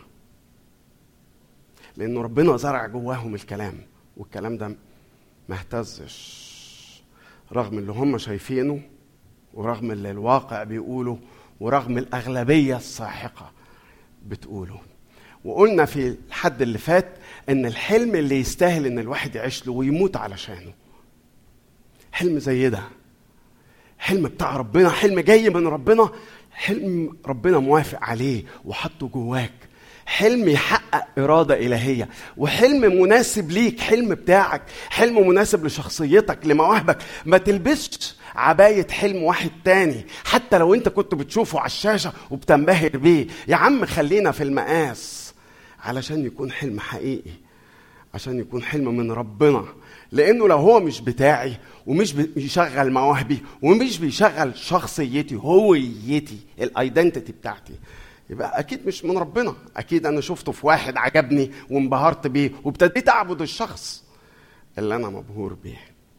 Speaker 7: لأنه ربنا زرع جواهم الكلام، والكلام ده ما اهتزش رغم اللي هم شايفينه، ورغم اللي الواقع بيقوله، ورغم الأغلبية الساحقة بتقوله. وقلنا في الحد اللي فات إن الحلم اللي يستاهل إن الواحد يعيش له ويموت علشانه، حلم زي ده، حلم بتاع ربنا، حلم جاي من ربنا، حلم ربنا موافق عليه وحطه جواك، حلم يحقق إرادة إلهية، وحلم مناسب ليك، حلم بتاعك، حلم مناسب لشخصيتك، لمواهبك. ما تلبسش عباية حلم واحد تاني حتى لو انت كنت بتشوفه على الشاشة وبتنبهر بيه. يا عم خلينا في المقاس علشان يكون حلم حقيقي، عشان يكون حلم من ربنا. لأنه لو هو مش بتاعي ومش بيشغل مواهبي ومش بيشغل شخصيتي، هويتي، الايدنتيتي بتاعتي، يبقى أكيد مش من ربنا. أكيد أنا شفته في واحد عجبني وانبهرت بيه وابتديت أعبد الشخص اللي أنا مبهور بيه.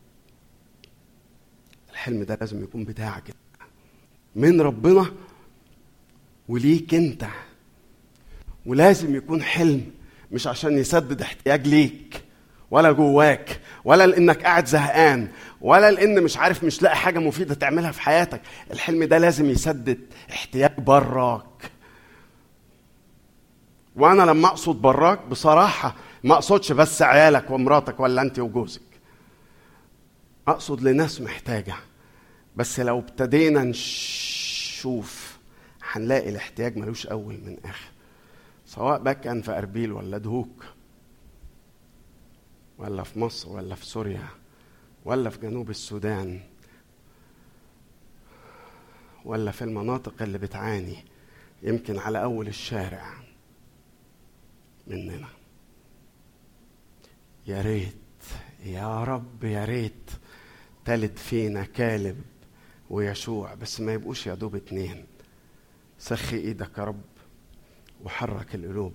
Speaker 7: الحلم ده لازم يكون بتاعك من ربنا وليك أنت، ولازم يكون حلم مش عشان يسدد احتياج ليك ولا جواك، ولا لأنك قاعد زهقان، ولا لأن مش عارف مش لاقي حاجة مفيدة تعملها في حياتك. الحلم ده لازم يسدد احتياج براك. وأنا لما أقصد براك بصراحة ما أقصدش بس عيالك ومراتك ولا أنت وجوزك، أقصد لناس محتاجة. بس لو ابتدينا نشوف هنلاقي الاحتياج ملوش أول من آخر، سواء بقى كان في أربيل ولا دهوك ولا في مصر ولا في سوريا ولا في جنوب السودان ولا في المناطق اللي بتعاني يمكن على أول الشارع مننا. يا ريت يا رب، يا ريت تالت فينا كالب ويشوع، بس ما يبقوش يا دوب اتنين. سخي ايدك يا رب وحرك القلوب،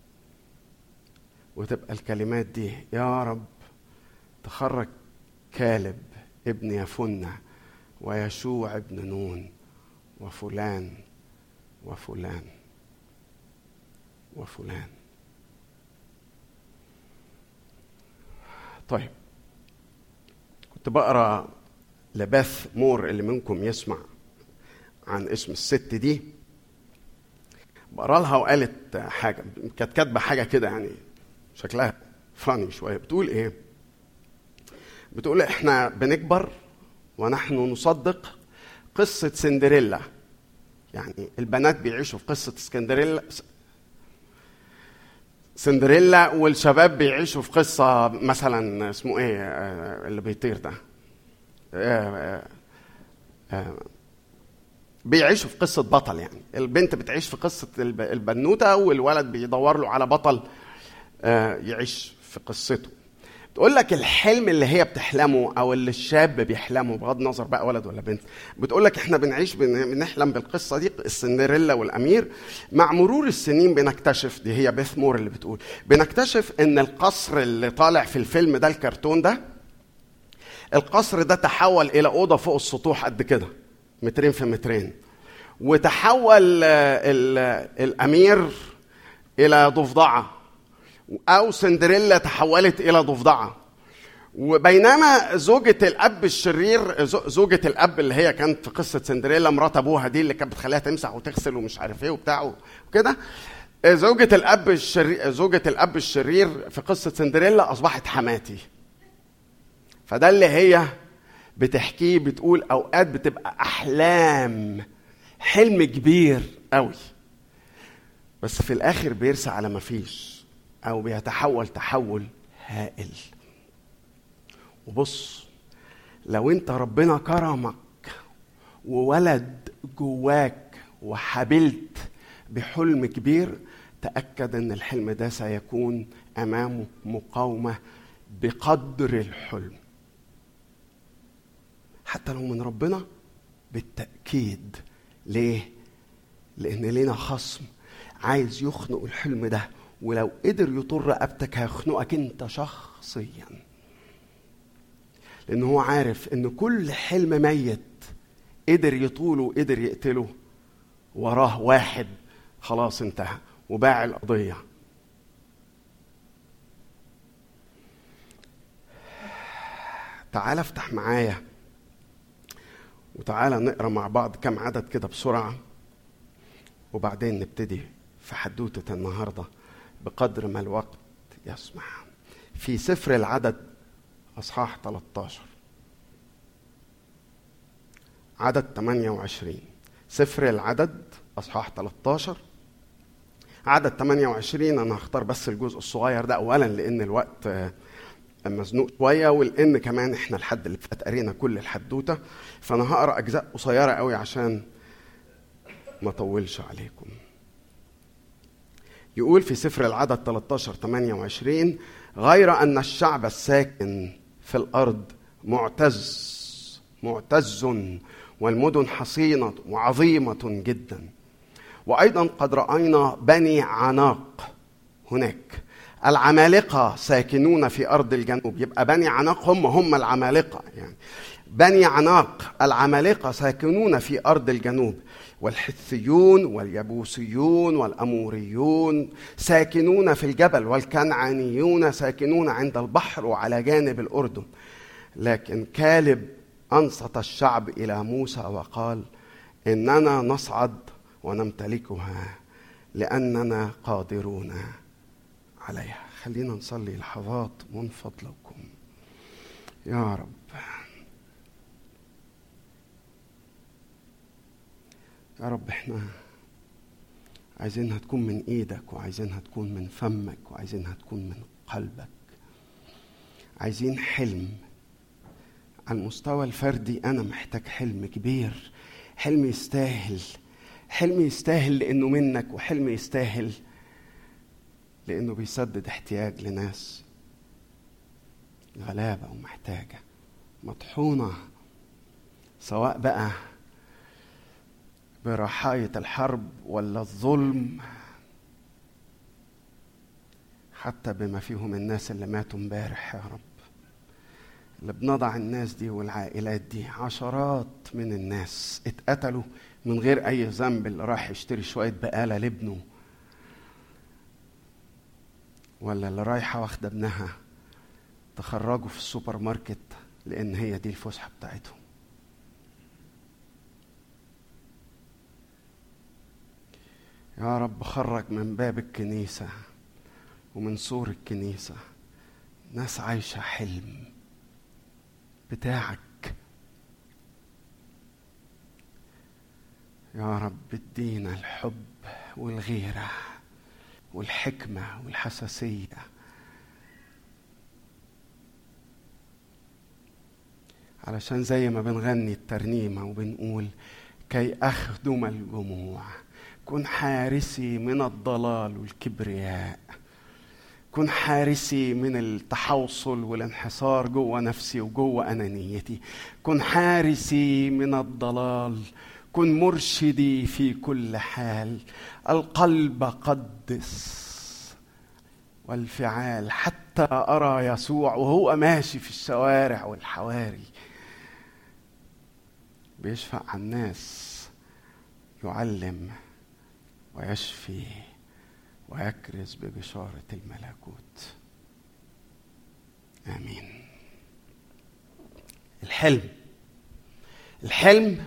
Speaker 7: وتبقى الكلمات دي يا رب تخرج كالب ابن يفنة ويشوع ابن نون وفلان وفلان وفلان. طيب، كنت بقرا لباث مور اللي منكم يسمع عن اسم الست دي، بقرا لها وقالت حاجه، كانت كاتبه حاجه كده يعني شكلها فاني شويه. بتقول ايه؟ بتقول احنا بنكبر ونحن نصدق قصه سندريلا، يعني البنات بيعيشوا في قصه اسكندريلا سندريلا، والشباب بيعيشوا في قصه مثلا اسمه ايه اللي بيطير ده، بيعيشوا في قصه بطل. يعني البنت بتعيش في قصه البنوته، والولد بيدور له على بطل يعيش في قصته. تقول لك الحلم اللي هي بتحلمه او اللي الشاب بيحلمه، بغض النظر بقى ولد ولا بنت، بتقول لك احنا بنعيش بنحلم بالقصه دي، السندريلا والامير. مع مرور السنين بنكتشف، دي هي بيث مور اللي بتقول، بنكتشف ان القصر اللي طالع في الفيلم ده، الكرتون ده، القصر ده تحول الى اوضه فوق السطوح قد كده، مترين في مترين، وتحول الامير الى ضفدعه، او سندريلا تحولت الى ضفدعه. وبينما زوجة الاب الشرير، زوجة الاب اللي هي كانت في قصه سندريلا مرات ابوها دي اللي كانت بتخليها تمسح وتغسل ومش عارف ايه وبتاع وكده، زوجة الاب الشرير زوجة الاب الشرير في قصه سندريلا اصبحت حماتي. فده اللي هي بتحكيه، بتقول اوقات بتبقى احلام، حلم كبير قوي، بس في الاخر بيرسى على ما فيش، او بيتحول تحول هائل. وبص، لو انت ربنا كرمك وولد جواك وحبلت بحلم كبير، تأكد ان الحلم ده سيكون امامه مقاومة بقدر الحلم، حتى لو من ربنا بالتأكيد. ليه؟ لان لينا خصم عايز يخنق الحلم ده، ولو قدر يطر رقبتك هيخنقك انت شخصيا، لانه هو عارف ان كل حلم ميت قدر يطوله وقدر يقتله وراه واحد خلاص انتهى وباع القضية. تعال افتح معايا وتعال نقرأ مع بعض كم عدد كده بسرعة، وبعدين نبتدي في حدوتة النهاردة بقدر ما الوقت يسمح. في سفر العدد أصحاح ثلاثة عشر عدد ثمانية وعشرين. سفر العدد أصحاح ثلاثة عشر عدد ثمانية وعشرين. أنا هختار بس الجزء الصغير ده أولا لأن الوقت مزنوق شوية، ولأن كمان إحنا الحد اللي فات قرينا كل الحدوتة، فأنا هقرأ أجزاء قصيرة قوي عشان ما طولش عليكم. يقول في سفر العدد ثلاثة عشر ثمانية وعشرين: غير أن الشعب الساكن في الأرض معتز معتز والمدن حصينة وعظيمة جدا، وأيضا قد رأينا بني عناق هناك، العمالقة ساكنون في أرض الجنوب. يبقى بني عناق هم هم العمالقة، يعني بني عناق العمالقة ساكنون في أرض الجنوب، والحثيون واليبوسيون والأموريون ساكنون في الجبل، والكنعانيون ساكنون عند البحر وعلى جانب الأردن. لكن كالب أنصت الشعب إلى موسى وقال: إننا نصعد ونمتلكها لأننا قادرون عليها. خلينا نصلي لحظات من فضلكم. يا رب، يا رب احنا عايزينها تكون من ايدك، وعايزينها تكون من فمك، وعايزينها تكون من قلبك. عايزين حلم على المستوى الفردي. انا محتاج حلم كبير، حلم يستاهل، حلم يستاهل لانه منك، وحلم يستاهل لانه بيسدد احتياج لناس غلابة ومحتاجة مطحونة، سواء بقى برحاية الحرب ولا الظلم، حتى بما فيهم الناس اللي ماتوا امبارح يا رب، اللي بنضع الناس دي والعائلات دي. عشرات من الناس اتقتلوا من غير أي ذنب، اللي راح يشتري شوية بقالة لابنه، ولا اللي رايحة واخدة ابنها تخرجه في السوبر ماركت لأن هي دي الفسحة بتاعتهم. يا رب خرج من باب الكنيسة ومن سور الكنيسة ناس عايشة حلم بتاعك. يا رب ادينا الحب والغيرة والحكمة والحساسية، علشان زي ما بنغني الترنيمة وبنقول كي أخدم الجموع، كن حارسي من الضلال والكبرياء، كن حارسي من التحوصل والانحصار جوه نفسي وجوه أنانيتي، كن حارسي من الضلال، كن مرشدي في كل حال، القلب قدس والفعال، حتى أرى يسوع وهو ماشي في الشوارع والحواري بيشفع عن الناس، يعلم ويشفي ويكرز ببشارة الملكوت. آمين. الحلم الحلم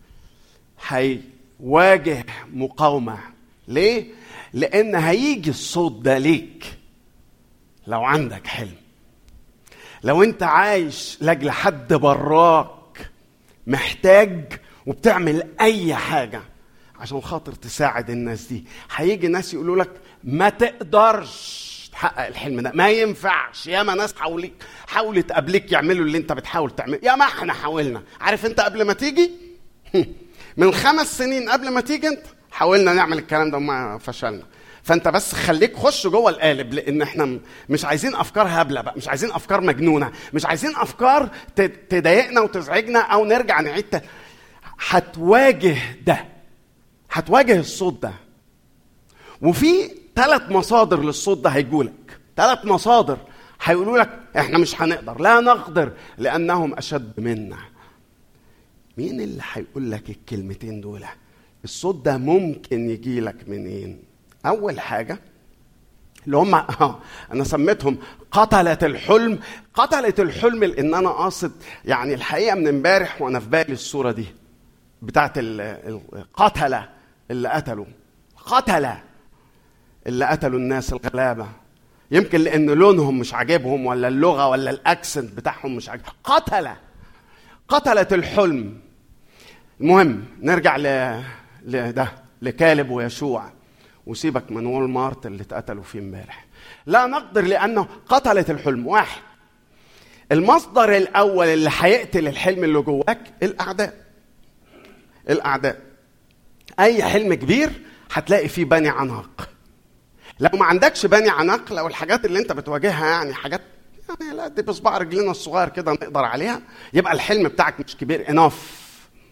Speaker 7: هيواجه مقاومة. ليه؟ لأن هيجي الصوت ده ليك لو عندك حلم. لو انت عايش لاجل حد براك محتاج وبتعمل أي حاجة عشان خاطر تساعد الناس دي، هيجي ناس يقولوا لك ما تقدرش تحقق الحلم ده، ما ينفعش. ياما ناس حاولك حاولت قبلك يعملوا اللي انت بتحاول تعمل، يا ما احنا حاولنا. عارف انت قبل ما تيجي من خمس سنين قبل ما تيجي انت حاولنا نعمل الكلام ده وما فشلنا. فانت بس خليك خش جوه القالب، لان احنا مش عايزين افكار هبله بقى، مش عايزين افكار مجنونه، مش عايزين افكار تضايقنا وتزعجنا او نرجع نعيد. هتواجه ده، هتواجه الصوت ده. وفي ثلاث مصادر للصوت ده هيجولك، ثلاث مصادر هيقولوا لك احنا مش هنقدر، لا نقدر لانهم اشد منا. مين اللي هيقول لك الكلمتين دول؟ الصوت ده ممكن يجي لك منين؟ اول حاجه اللي هم اه انا سميتهم قتلة الحلم. قتلة الحلم لان انا قاصد يعني الحقيقه من امبارح وانا في بالي الصوره دي بتاعت القتلة اللي قتلوا قتلة اللي قتلوا الناس الغلابة، يمكن لأن لونهم مش عاجبهم ولا اللغة ولا الأكسنت بتاعهم مش عاجب. قتلة قتلة الحلم. المهم نرجع ل... لده لكالب ويشوع، وسيبك من وول مارت اللي اتقتلوا فيه امبارح. لا نقدر لأنه قتلة الحلم. واحد، المصدر الأول اللي هيقتل الحلم اللي جواك الأعداء. الأعداء. أي حلم كبير هتلاقي فيه بني عناق. لو ما عندكش بني عناق، لو الحاجات اللي انت بتواجهها يعني حاجات يعني لا دي بصبع رجلنا الصغير كده نقدر عليها، يبقى الحلم بتاعك مش كبير اناف.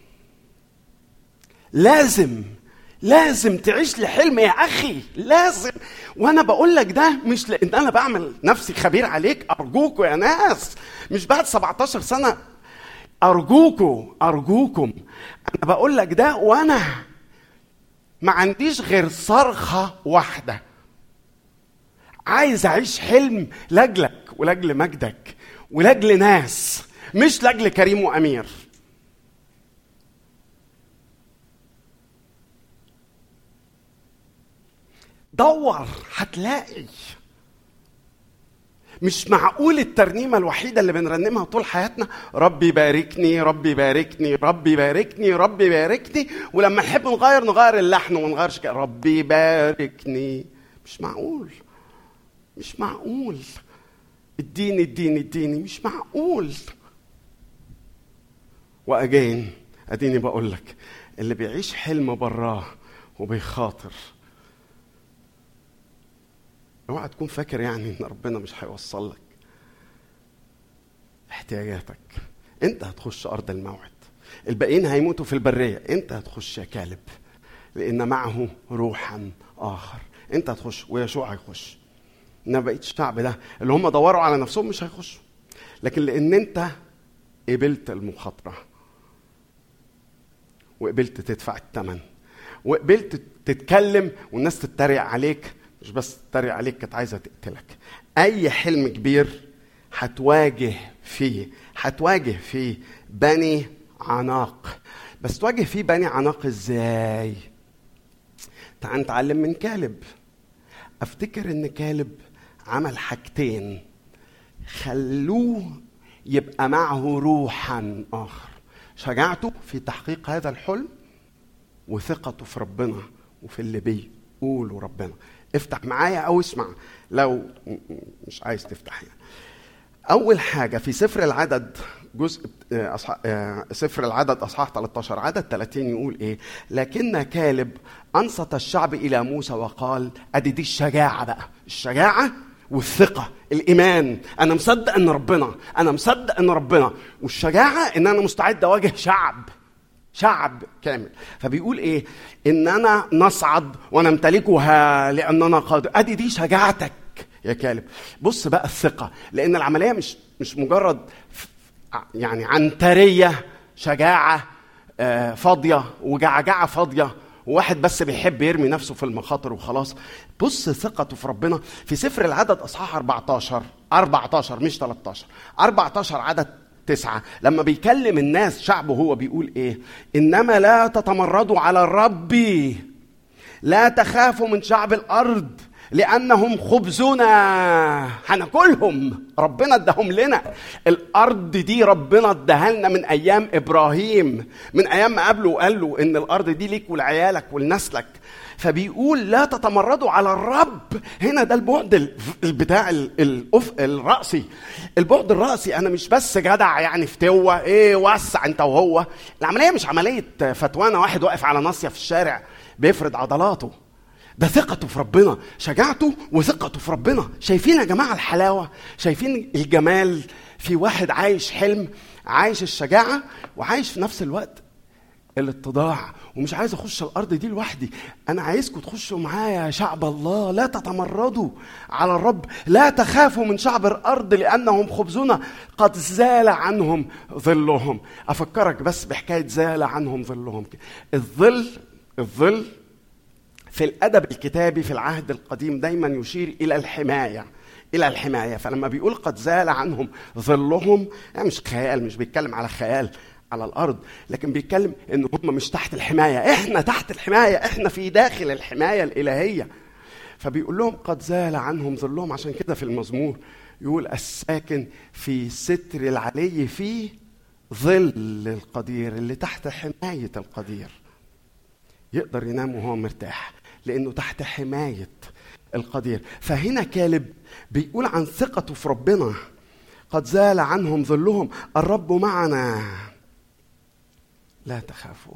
Speaker 7: لازم لازم تعيش لحلم يا أخي، لازم. وأنا بقول لك ده مش لأن أنا بعمل نفسي خبير عليك، أرجوكوا يا ناس، مش بعد سبعتاشر سنة، أرجوكوا أرجوكم أنا بقول لك ده وأنا ما عنديش غير صرخة واحدة، عايز أعيش حلم لأجلك ولأجل مجدك ولأجل ناس، مش لأجل كريم وأمير. دور هتلاقي. مش معقول الترنيمة الوحيدة اللي بنرنمها طول حياتنا ربي باركني ربي باركني ربي باركني ربي باركني، ولما نحب نغير نغير اللحن ونغيرش كده ربي باركني. مش معقول مش معقول. اديني اديني اديني مش معقول. واجين اديني بقول لك اللي بيعيش حلم براه وبيخاطر، اوعى تكون فاكر يعني ان ربنا مش هيوصل لك احتياجاتك. انت هتخش ارض الموعد. الباقيين هيموتوا في البريه، انت هتخش يا كالب لان معه روحا اخر. انت هتخش ويشوع هيخش. انما بقيت الشعب ده اللي هم دوروا على نفسهم مش هيخشوا، لكن لان انت قبلت المخاطره وقبلت تدفع الثمن وقبلت تتكلم والناس تتريق عليك، مش بس تتريق عليك، كانت عايزه تقتلك. اي حلم كبير هتواجه فيه هتواجه فيه بني عناق. بس تواجه فيه بني عناق ازاي؟ تعال نتعلم من كالب. افتكر ان كالب عمل حاجتين خلوه يبقى معه روحا اخر: شجاعته في تحقيق هذا الحلم وثقته في ربنا وفي اللي بيقوله ربنا. افتح معايا او اسمع لو مش عايز تفتح يعني. اول حاجه في سفر العدد، جزء أصح... سفر العدد اصحاح ثلاثة عشر عدد ثلاثين يقول ايه؟ لكن كالب انصت الشعب الى موسى وقال. ادي دي الشجاعه بقى، الشجاعه والثقه، الايمان. انا مصدق ان ربنا انا مصدق ان ربنا والشجاعه ان انا مستعد اواجه شعب شعب كامل. فبيقول ايه؟ ان انا نصعد ونمتلكها لاننا قادر. ادي دي شجاعتك يا كالب. بص بقى الثقه، لان العمليه مش مش مجرد يعني عنتريه، شجاعه آه فاضيه وجعجعه فاضيه وواحد بس بيحب يرمي نفسه في المخاطر وخلاص. بص ثقته في ربنا في سفر العدد اصحاح أربعة عشر أربعة عشر مش ثلاثة عشر أربعة عشر عدد تسعة لما بيكلم الناس شعبه هو بيقول ايه؟ انما لا تتمردوا على الرب، لا تخافوا من شعب الارض لانهم خبزنا، هناكلهم. ربنا اداهم لنا الارض دي، ربنا اداها لنا من ايام ابراهيم، من ايام ما قابله وقال له ان الارض دي ليك ولعيالك ولنسلك. فبيقول لا تتمردوا على الرب. هنا ده البعد بتاع الافق الراسي. البعد الراسي انا مش بس جدع يعني فتوه ايه وسع انت وهو. العمليه مش عمليه فتوانه واحد واقف على ناصيه في الشارع بيفرد عضلاته. ده ثقته في ربنا، شجاعته وثقته في ربنا. شايفين يا جماعه الحلاوه؟ شايفين الجمال في واحد عايش حلم، عايش الشجاعه وعايش في نفس الوقت الاتضاع، ومش عايز اخش الارض دي لوحدي. انا عايزكم تخشوا معايا يا شعب الله. لا تتمردوا على الرب، لا تخافوا من شعب الارض لانهم خبزنا قد زال عنهم ظلهم. افكرك بس بحكايه زال عنهم ظلهم. الظل الظل في الادب الكتابي في العهد القديم دايما يشير الى الحمايه الى الحمايه. فلما بيقول قد زال عنهم ظلهم يعني مش خيال، مش بيتكلم على خيال على الارض، لكن بيتكلم ان هم مش تحت الحمايه، احنا تحت الحمايه، احنا في داخل الحمايه الالهيه. فبيقول لهم قد زال عنهم ظلهم. عشان كده في المزمور يقول الساكن في ستر العلي في ظل القدير. اللي تحت حمايه القدير يقدر ينام وهو مرتاح لانه تحت حمايه القدير. فهنا كالب بيقول عن ثقته في ربنا قد زال عنهم ظلهم، الرب معنا لا تخافوا.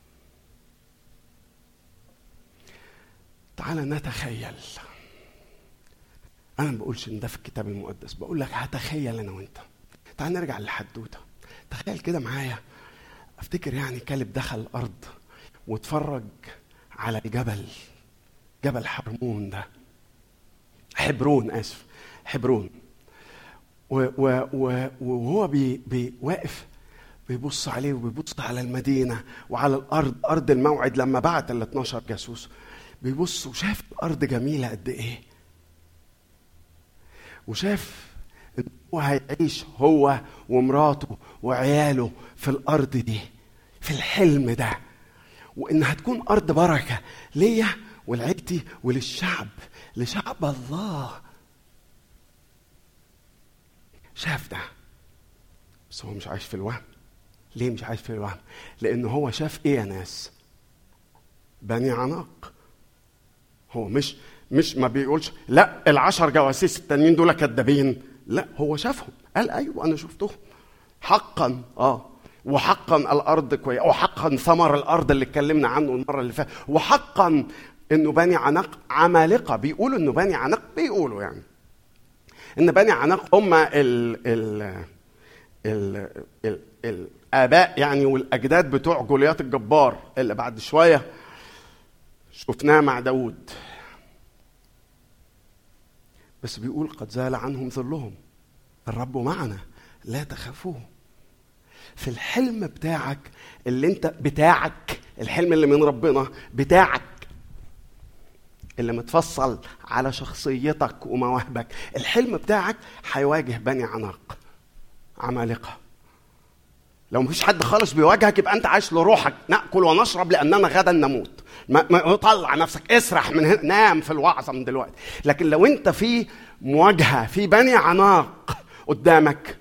Speaker 7: تعال نتخيل. انا ما بقولش ان ده في الكتاب المقدس، بقول لك هتخيل انا وانت. تعال نرجع للحدوته. تخيل كده معايا. افتكر يعني كالب دخل الارض واتفرج على الجبل، جبل حرمون ده، حبرون اسف حبرون. وهو بي بي واقف بيبص عليه وبيبص على المدينه وعلى الارض، ارض الموعد. لما بعت ال اتناشر جاسوس بيبص وشاف الارض جميله قد ايه، وشاف ان هو هيعيش هو ومراته وعياله في الارض دي، في الحلم ده، وان هتكون ارض بركه ليا ولعيلتي وللشعب، لشعب الله. شاف ده، بس هو مش عايش في الوهم. ليه مش عايش في الوهم؟ لان هو شاف ايه يا ناس؟ بني عناق. هو مش مش ما بيقولش لا العشر جواسيس التانيين دول كدابين، لا هو شافهم قال ايوه انا شفتهم حقا. اه وحقا الارض كويسه، وحقا ثمر الارض اللي اتكلمنا عنه المره اللي فاتت، وحقا انه بني عناق عمالقه. بيقولوا انه بني عناق، بيقولوا يعني ان بني عناق هم ال ال ال ال الآباء يعني والأجداد بتوع جوليات الجبار اللي بعد شوية شفناه مع داود. بس بيقول قد زال عنهم ظلهم، الرب معنا لا تخافوه. في الحلم بتاعك اللي انت بتاعك، الحلم اللي من ربنا بتاعك اللي متفصل على شخصيتك ومواهبك، الحلم بتاعك هيواجه بني عناق عمالقة. لو مفيش حد خالص بيواجهك يبقى انت عايش لروحك، نأكل ونشرب لأننا غدا نموت. ما ما طلع نفسك، اسرح من هنا، نام في الوعظة من دلوقتي. لكن لو انت في مواجهة، في بني عناق قدامك،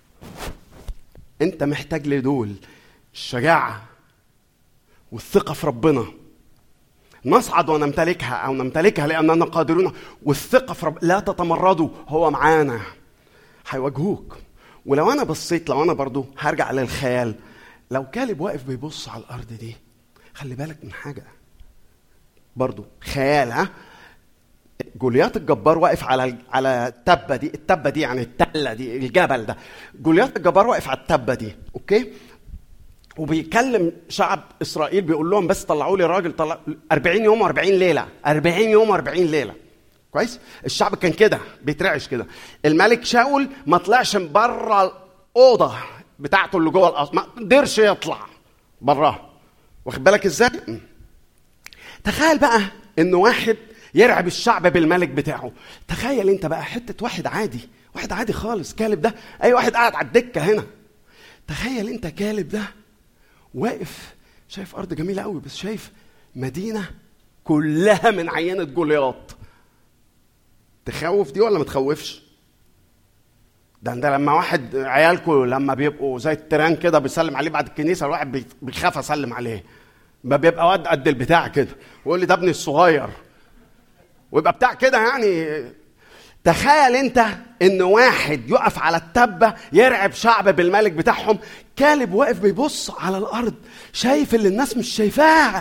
Speaker 7: انت محتاج لدول الشجاعة والثقة في ربنا. نصعد ونمتلكها أو نمتلكها لأننا قادرون، والثقة في رب. لا تتمردوا، هو معانا، هيواجهوك. ولو أنا بصيت، لو أنا برضو هرجع للخيال، لو كالب واقف بيبص على الأرض دي، خلي بالك من حاجة برضو خيال. ها، جوليات الجبار واقف على على التبة دي، التبة دي يعني التلة دي، الجبل ده. جوليات الجبار واقف على التبة دي، أوكي، وبيكلم شعب إسرائيل، بيقول لهم بس طلعوا لي راجل، طلع أربعين يوم وأربعين ليلة، أربعين يوم وأربعين ليلة. كويس؟ الشعب كان كده بيترعش كده. الملك شاول ما طلعش بره الأوضة بتاعته اللي جوه القصر، ما قدرش يطلع براها. واخد بالك ازاي؟ تخيل بقى إن واحد يرعب الشعب بالملك بتاعه. تخيل انت بقى حتة واحد عادي، واحد عادي خالص، كالب ده، أي واحد قاعد على الدكة هنا. تخيل انت كالب ده واقف شايف أرض جميلة قوي، بس شايف مدينة كلها من عينة جولياط. تخوف دي ولا ما تخوفش؟ ده انت لما واحد عيالكم لما بيبقوا زي التيران كده بيسلم عليه بعد الكنيسة، الواحد بيخاف أسلم عليه، ما بيبقى واد قد البتاع كده ويقول لي ده ابني الصغير، ويبقى بتاع كده يعني. تخيل انت ان واحد يقف على التبة يرعب شعب بالملك بتاعهم. كالب واقف بيبص على الارض، شايف اللي الناس مش شايفاها.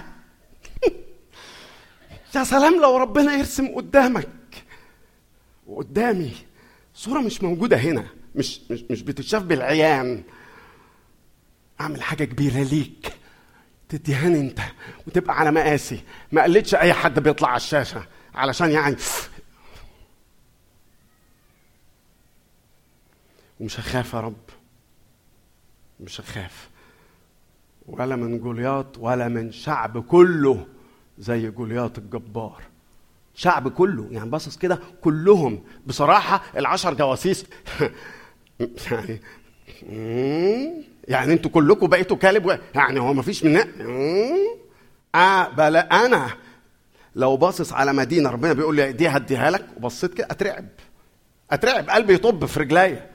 Speaker 7: يا سلام لو ربنا يرسم قدامك وقدامي صورة مش موجودة هنا، مش مش مش بتتشاف بالعيان. اعمل حاجة كبيرة ليك تديهاني انت وتبقى على مقاسي، ما قلتش اي حد بيطلع على الشاشة علشان يعني. ومش هخاف يا رب، مش هخاف ولا من جولياط ولا من شعب كله زي جولياط الجبار. شعب كله يعني باصص كده كلهم بصراحة. العشر جواسيس يعني يعني انتوا كلكم بقيتوا كالب يعني، هو ما فيش من اه بلا. انا لو باصص على مدينة ربنا بيقول لي دي هديها لك، وبصيت كده اترعب اترعب قلبي يطب في رجليا.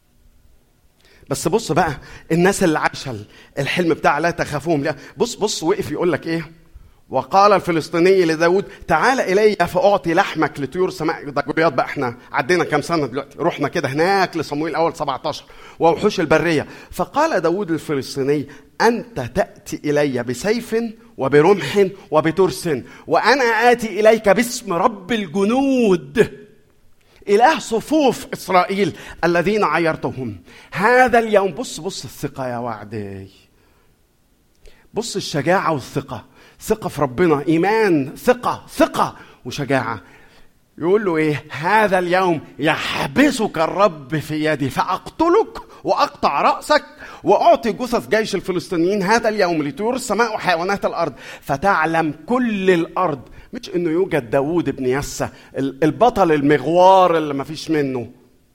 Speaker 7: بس بص بقى الناس اللي عايشه الحلم بتاع لا تخافوهم. لا بص بص وقف يقول لك ايه؟ وقال الفلسطيني لداود تعال الي فاعطي لحمك لطيور سماء. ده جولياط بقى، احنا عدينا كام سنه دلوقتي، رحنا كده هناك لصموئيل الاول سبعتاشر ووحوش البريه. فقال داود الفلسطيني انت تاتي الي بسيف وبرمح وبترس، وانا اتي اليك باسم رب الجنود إله صفوف إسرائيل الذين عيرتهم هذا اليوم. بص بص الثقة يا وعدي، بص الشجاعة والثقة، ثقة في ربنا، إيمان، ثقة ثقة وشجاعة. يقول له إيه؟ هذا اليوم يحبسك الرب في يدي فأقتلك وأقطع رأسك وأعطي جثث جيش الفلسطينيين هذا اليوم لطيور السماء وحيوانات الأرض فتعلم كل الأرض. مش إنه يوجد داود ابن يسى البطل المغوار اللي ما فيش منه.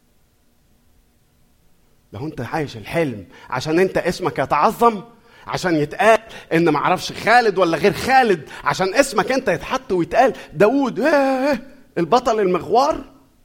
Speaker 7: لو أنت عايش الحلم عشان أنت اسمك يتعظم، عشان يتقال إن ما عرفش خالد ولا غير خالد، عشان اسمك أنت يتحط ويتقال داود البطل المغوار.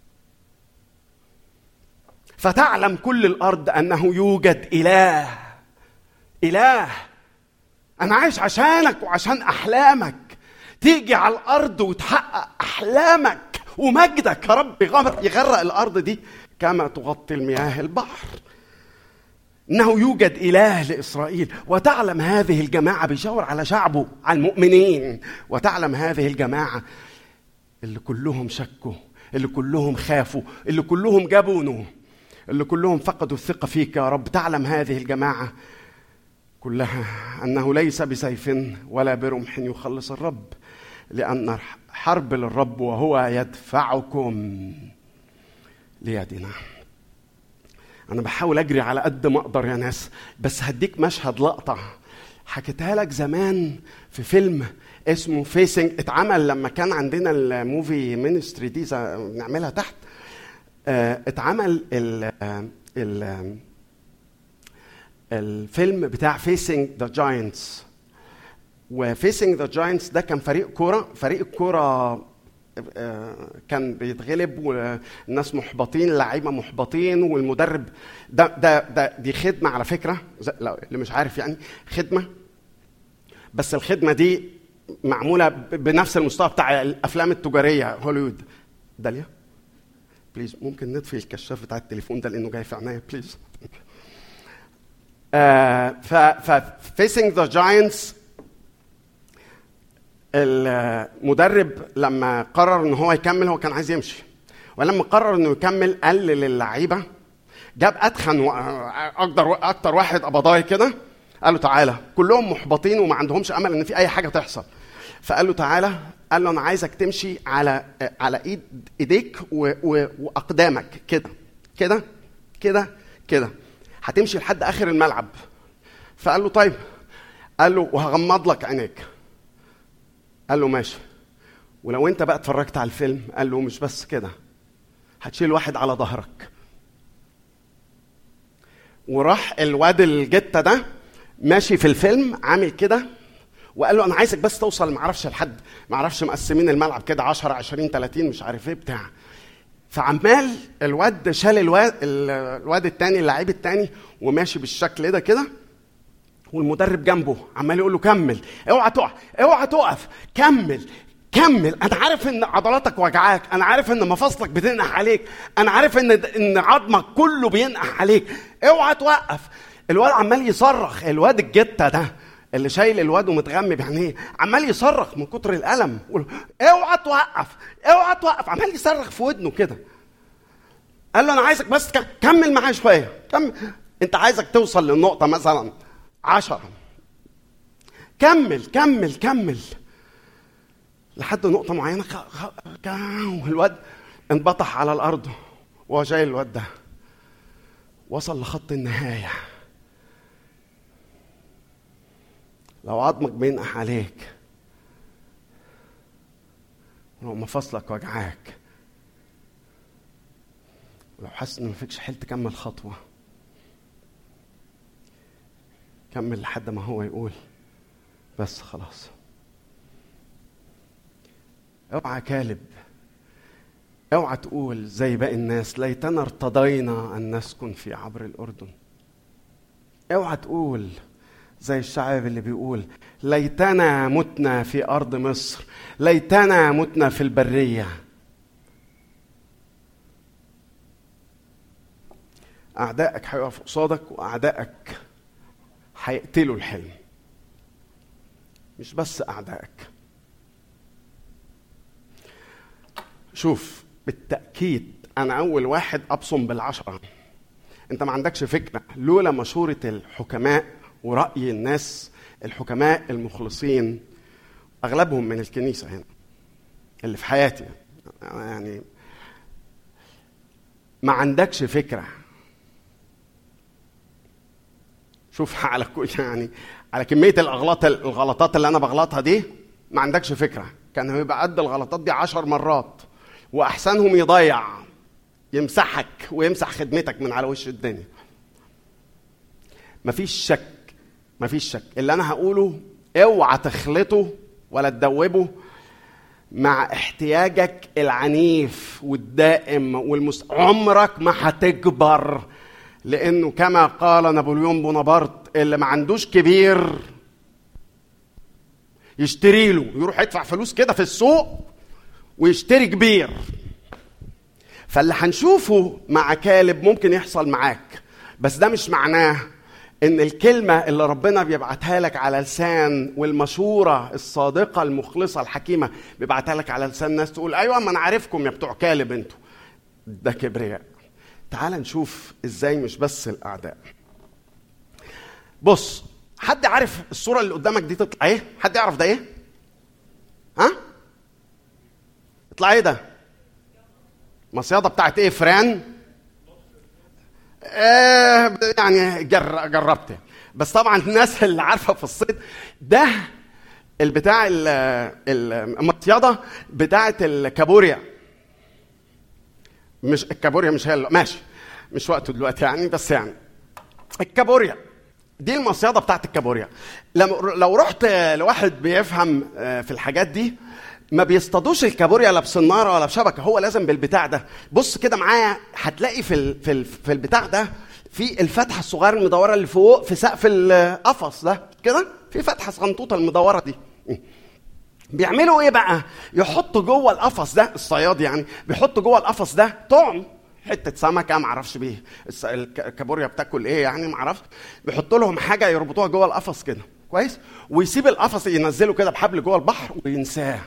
Speaker 7: فتعلم كل الأرض أنه يوجد إله. إله أنا عايش عشانك وعشان أحلامك، تيجي على الأرض وتحقق أحلامك ومجدك يا رب يغرق الأرض دي كما تغطي المياه البحر. إنه يوجد إله لإسرائيل. وتعلم هذه الجماعة، بيشاور على شعبه على المؤمنين، وتعلم هذه الجماعة اللي كلهم شكوا، اللي كلهم خافوا، اللي كلهم جبنوا، اللي كلهم فقدوا الثقة فيك يا رب. تعلم هذه الجماعة كلها أنه ليس بسيف ولا برمح يخلص الرب، لأن حرب للرب وهو يدفعكم ليدنا. أنا بحاول أجري على قد ما أقدر يا ناس، بس هديك مشهد لقطة حكيتها لك زمان في فيلم اسمه فيسنج، اتعمل لما كان عندنا الموفي مينستري دي نعملها تحت. اه اتعمل ال ال الفيلم بتاع فيسنج ذا جاينتس. وفيسنج ذا جاينتس ده كان فريق كورة، فريق الكورة كان بيتغلب والناس محبطين، اللعيبه محبطين، والمدرب ده ده ده دي خدمه على فكره، اللي مش عارف يعني خدمه، بس الخدمه دي معموله بنفس المستوى بتاع الافلام التجاريه هوليوود. داليا بليز ممكن نطفي الكشاف بتاع التليفون ده لانه جاي في عينيا بليز. آه ف ففيسنج ذا جاينتس المدرب لما قرر ان هو يكمل، هو كان عايز يمشي، ولما قرر انه يكمل قال للعيبه، جاب اتخن واقدر اكتر واحد قبضاي كده، قال له تعالى، كلهم محبطين وما عندهمش امل ان في اي حاجه تحصل، فقال له تعالى، قال له انا عايزك تمشي على على ايد ايديك و... و... واقدامك كده كده كده كده، هتمشي لحد اخر الملعب. فقال له طيب، قال له وهغمض لك عينيك. قال له ماشي. ولو انت بقى اتفرجت على الفيلم، قال له مش بس كده، هتشيل واحد على ظهرك. وراح الواد الجتة ده ماشي في الفيلم عامل كده، وقال له انا عايزك بس توصل معرفش لحد، معرفش مقسمين الملعب كده عشرة عشرين تلاتين مش عارف ايه بتاع. فعمال الواد شال الواد الواد التاني اللاعب التاني وماشي بالشكل ده كده، والمدرب جنبه عمال يقول له كمل، اوعى تقع، اوعى تقف، كمل كمل، انا عارف ان عضلاتك وجعاك، انا عارف ان مفاصلك بتنقح عليك، انا عارف ان ان عظمك كله بينقح عليك، اوعى توقف. الواد عمال يصرخ، الواد الجتة ده اللي شايل الواد ومتغمي بعينيه عمال يصرخ من كتر الالم، اوعى توقف، اوعى توقف، عمال يصرخ في ودنه كده. قال له انا عايزك بس كمل معايا شويه، كمل، انت عايزك توصل للنقطه مثلا عشرة، كمل كمل كمل لحد نقطة معينة. الواد انبطح على الأرض وهو شايل الواد ده، وصل لخط النهاية. لو عظمك بينقح عليك، ولو مفاصلك وجعاك، ولو حاسس إن مفيكش حيل تكمل خطوة، كمل لحد ما هو يقول بس خلاص. اوعى كالب، اوعى تقول زي باقي الناس ليتنا ارتضينا ان نسكن في عبر الاردن. اوعى تقول زي الشعب اللي بيقول ليتنا متنا في ارض مصر، ليتنا متنا في البريه. اعدائك هيقفوا قصادك، واعدائك هيقتلوا الحلم. مش بس اعدائك، شوف بالتأكيد أنا أول واحد أبصم بالعشرة. أنت ما عندكش فكرة، لولا مشورة الحكماء ورأي الناس الحكماء المخلصين، أغلبهم من الكنيسة هنا اللي في حياتي، يعني ما عندكش فكرة. شوف على كل يعني على كمية الأغلاط الغلطات اللي أنا بغلطها دي، ما عندكش فكرة. كان هيبقى قد الغلطات دي عشر مرات، وأحسنهم يضيع، يمسحك ويمسح خدمتك من على وش الدنيا. مفيش شك، مفيش شك اللي أنا هقوله اوعى تخلطه ولا تدوبه مع احتياجك العنيف والدائم والمس... عمرك ما هتكبر، لأنه كما قال نابليون بونابرت، اللي ما عندوش كبير يشتري له، يروح يدفع فلوس كده في السوق ويشتري كبير. فاللي هنشوفه مع كالب ممكن يحصل معاك، بس ده مش معناه ان الكلمة اللي ربنا بيبعتها لك على لسان، والمشورة الصادقة المخلصة الحكيمة بيبعتها لك على لسان ناس تقول ايوه ما انا عارفكم يا بتوع كالب انتوا، ده كبرياء. تعال نشوف ازاي مش بس الاعداء. بص، حد عارف الصوره اللي قدامك دي تطلع ايه؟ حد يعرف ده ايه؟ ها؟ يطلع ايه ده؟ مصيده بتاعت ايه؟ فران؟ آه يعني جر... جربت، بس طبعا الناس اللي عارفه في الصيد ده البتاع المصيده بتاعت الكابوريا. مش الكابوريا، مش هي اللي... ماشي، مش وقته دلوقتي يعني، بس يعني الكابوريا دي المصيده بتاعت الكابوريا. لو رحت لواحد بيفهم في الحاجات دي، ما بيصطادوش الكابوريا لا بصناره ولا بشبكه، هو لازم بالبتاع ده. بص كده معايا، هتلاقي في في في البتاع ده في الفتحه الصغيره المدوره اللي فوق في سقف القفص ده كده، في فتحه صغنطوطه المدوره دي. بيعملوا ايه بقى؟ يحطوا جوه القفص ده، الصياد يعني بيحطوا جوه القفص ده طعم، حته سمكه ما اعرفش بيه الكابوريا بتاكل ايه يعني ما اعرفش، بيحطوا لهم حاجه يربطوها جوه القفص كده كويس، ويسيب القفص ينزله كده بحبل جوه البحر وينساه.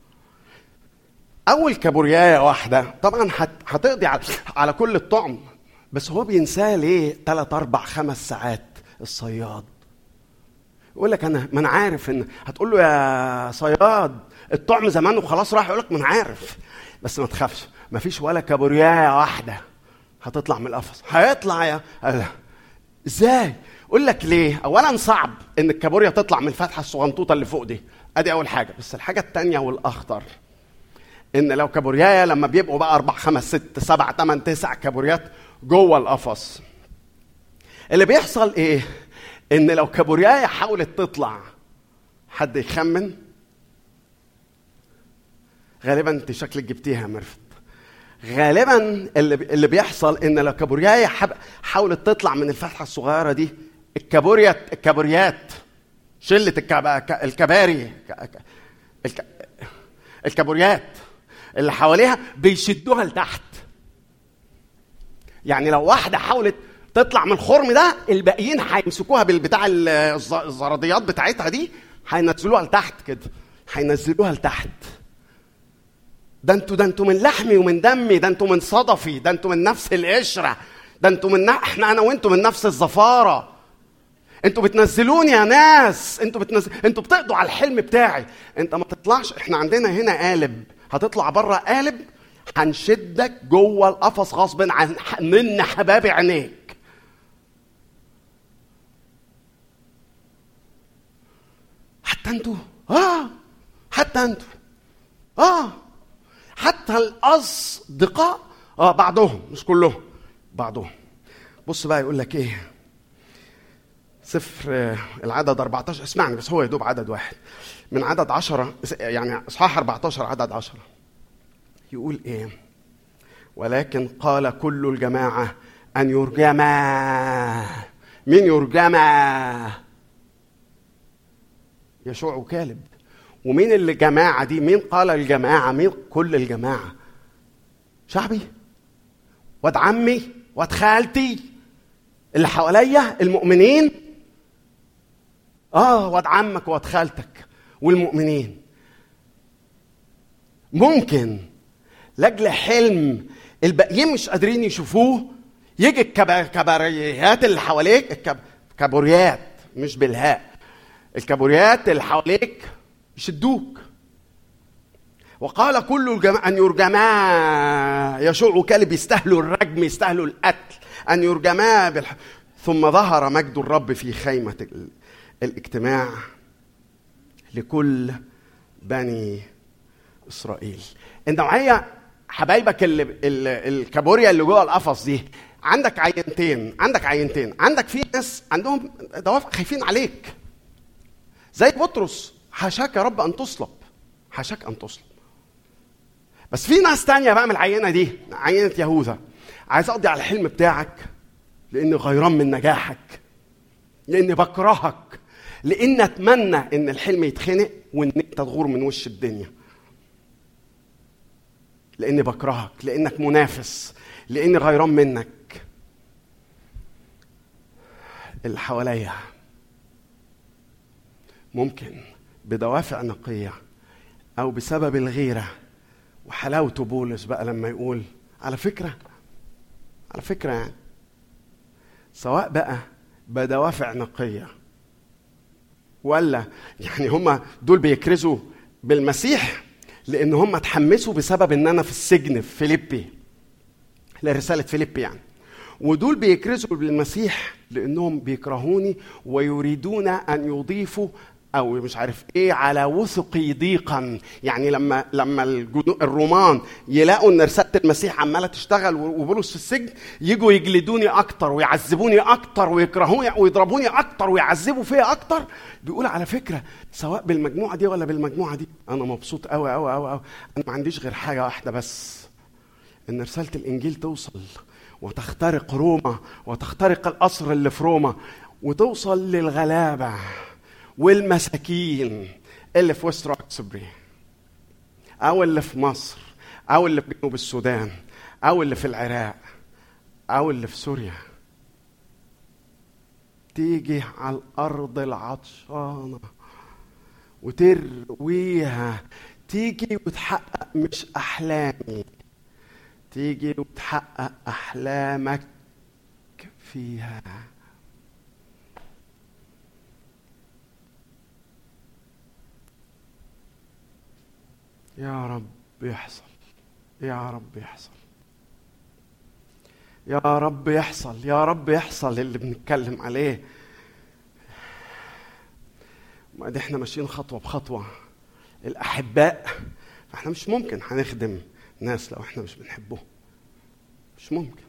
Speaker 7: اول كابوريايه واحده طبعا هتقضي على على كل الطعم، بس هو بينساه ليه؟ ثلاث اربع خمس ساعات. الصياد يقول لك انا ما انا عارف ان هتقول له يا صياد الطعم زمان وخلاص راح، يقول لك ما انا عارف، بس ما تخافش، ما فيش ولا كابوريايه واحده هتطلع من القفص. هيطلع يا ازاي؟ اقول لك ليه. اولا صعب ان الكابوريا تطلع من الفتحه الصغنطوطه اللي فوق دي، ادي اول حاجه. بس الحاجه الثانيه والاخطر، ان لو كابوريايه لما بيبقوا بقى اربع خمس ست سبع ثمان تسع كابوريات جوه القفص، اللي بيحصل ايه؟ ان لو كابوريايه حاولت تطلع، حد يخمن؟ غالبا انت شكلك جبتيها يا مرفت. غالبا اللي اللي بيحصل ان لو كابوريايه حاولت تطلع من الفتحه الصغيره دي، الكابوريات الكابوريات شله الكباري الكابوريات اللي حواليها بيشدوها لتحت. يعني لو واحده حاولت تطلع من الخرم ده، الباقيين هيمسكوها بالبتاع الزراديات بتاعتها دي، هينزلوها لتحت كده، هينزلوها لتحت. ده انتوا ده انتوا من لحمي ومن دمي، ده انتوا من صدفي، ده انتوا من نفس القشره، ده انتوا من احنا انا وانتوا من نفس الزفاره. انتوا بتنزلوني يا ناس، انتوا بتنزل انتوا بتقضوا على الحلم بتاعي. انت ما تطلعش، احنا عندنا هنا قالب، هتطلع بره قالب هنشدك جوه القفص غصب عن من حباب عينيك. حتى انتوا اه حتى انتوا اه حتى الاصدقاء اه بعضهم، مش كلهم، بعضهم. بص بقى يقول لك ايه، سفر العدد أربعة عشر، اسمعني بس، هو يدوب عدد واحد من عدد عشرة، يعني اصحاح أربعة عشر عدد عشرة. يقول ايه؟ ولكن قال كل الجماعة أن يرجما. مين يرجما؟ يشوع وكالب. ومين اللي جماعة دي؟ مين قال الجماعة؟ مين كل الجماعة؟ شعبي، واد عمي، واد خالتي اللي حواليا المؤمنين. اه واد عمك واد خالتك والمؤمنين. ممكن لاجل حلم الباقيين مش قادرين يشوفوه، يجي الكباريات اللي حواليك، الكابوريات مش بالهاء، الكابوريات اللي حواليك يشدوك. وقال كل الجماعة أن يرجما. يشوع وكالب يستاهلوا الرجم، يستاهلوا القتل، أن يرجما بالح... ثم ظهر مجد الرب في خيمة الاجتماع لكل بني إسرائيل. النوعية حبايبك اللي الكابوريا اللي جوه القفص دي، عندك عينتين عندك عينتين عندك في ناس عندهم دوافع خايفين عليك، زي بطرس، حاشاك يا رب أن تصلب، حاشاك أن تصلب. بس في ناس تانية بقى من العينة دي، عينة يهوذا، عايز أقضي على الحلم بتاعك لأني غيران من نجاحك، لأني بكرهك، لأني أتمنى إن الحلم يتخنق وإن أنت تغور من وش الدنيا، لأني بكرهك، لأنك منافس، لأني غيران منك. اللي حواليا ممكن بدوافع نقية أو بسبب الغيرة. وحلاوته بولس بقى لما يقول على فكرة على فكرة يعني سواء بقى بدوافع نقية ولا يعني هم دول بيكرزوا بالمسيح لأن هم تحمسوا بسبب أن أنا في السجن في فيليبي لرسالة فيليبي يعني، ودول بيكرزوا بالمسيح لأنهم بيكرهوني ويريدون أن يضيفوا أو مش عارف إيه على وثقي ضيقا. يعني لما لما الرومان يلاقوا إن رسالة المسيح عمالة تشتغل وبولس في السجن يجوا يجلدوني أكتر ويعذبوني أكتر ويكرهوني ويضربوني أكتر ويعذبوا فيا أكتر، بيقول على فكرة سواء بالمجموعة دي ولا بالمجموعة دي أنا مبسوط أوي أوي أوي أوي. أنا ما عنديش غير حاجة واحدة بس، إن رسالة الإنجيل توصل وتخترق روما وتخترق القصر اللي في روما وتوصل للغلابة والمساكين اللي في وست روكسبري أو اللي في مصر أو اللي في جنوب السودان أو اللي في العراق أو اللي في سوريا. تيجي على الأرض العطشانة وترويها، تيجي وتحقق مش أحلامي، تيجي وتحقق أحلامك فيها. يا رب يحصل، يا رب يحصل، يا رب يحصل، يا رب يحصل اللي بنتكلم عليه. ما دي احنا ماشيين خطوة بخطوة الأحباء، احنا مش ممكن هنخدم ناس لو احنا مش بنحبه، مش ممكن،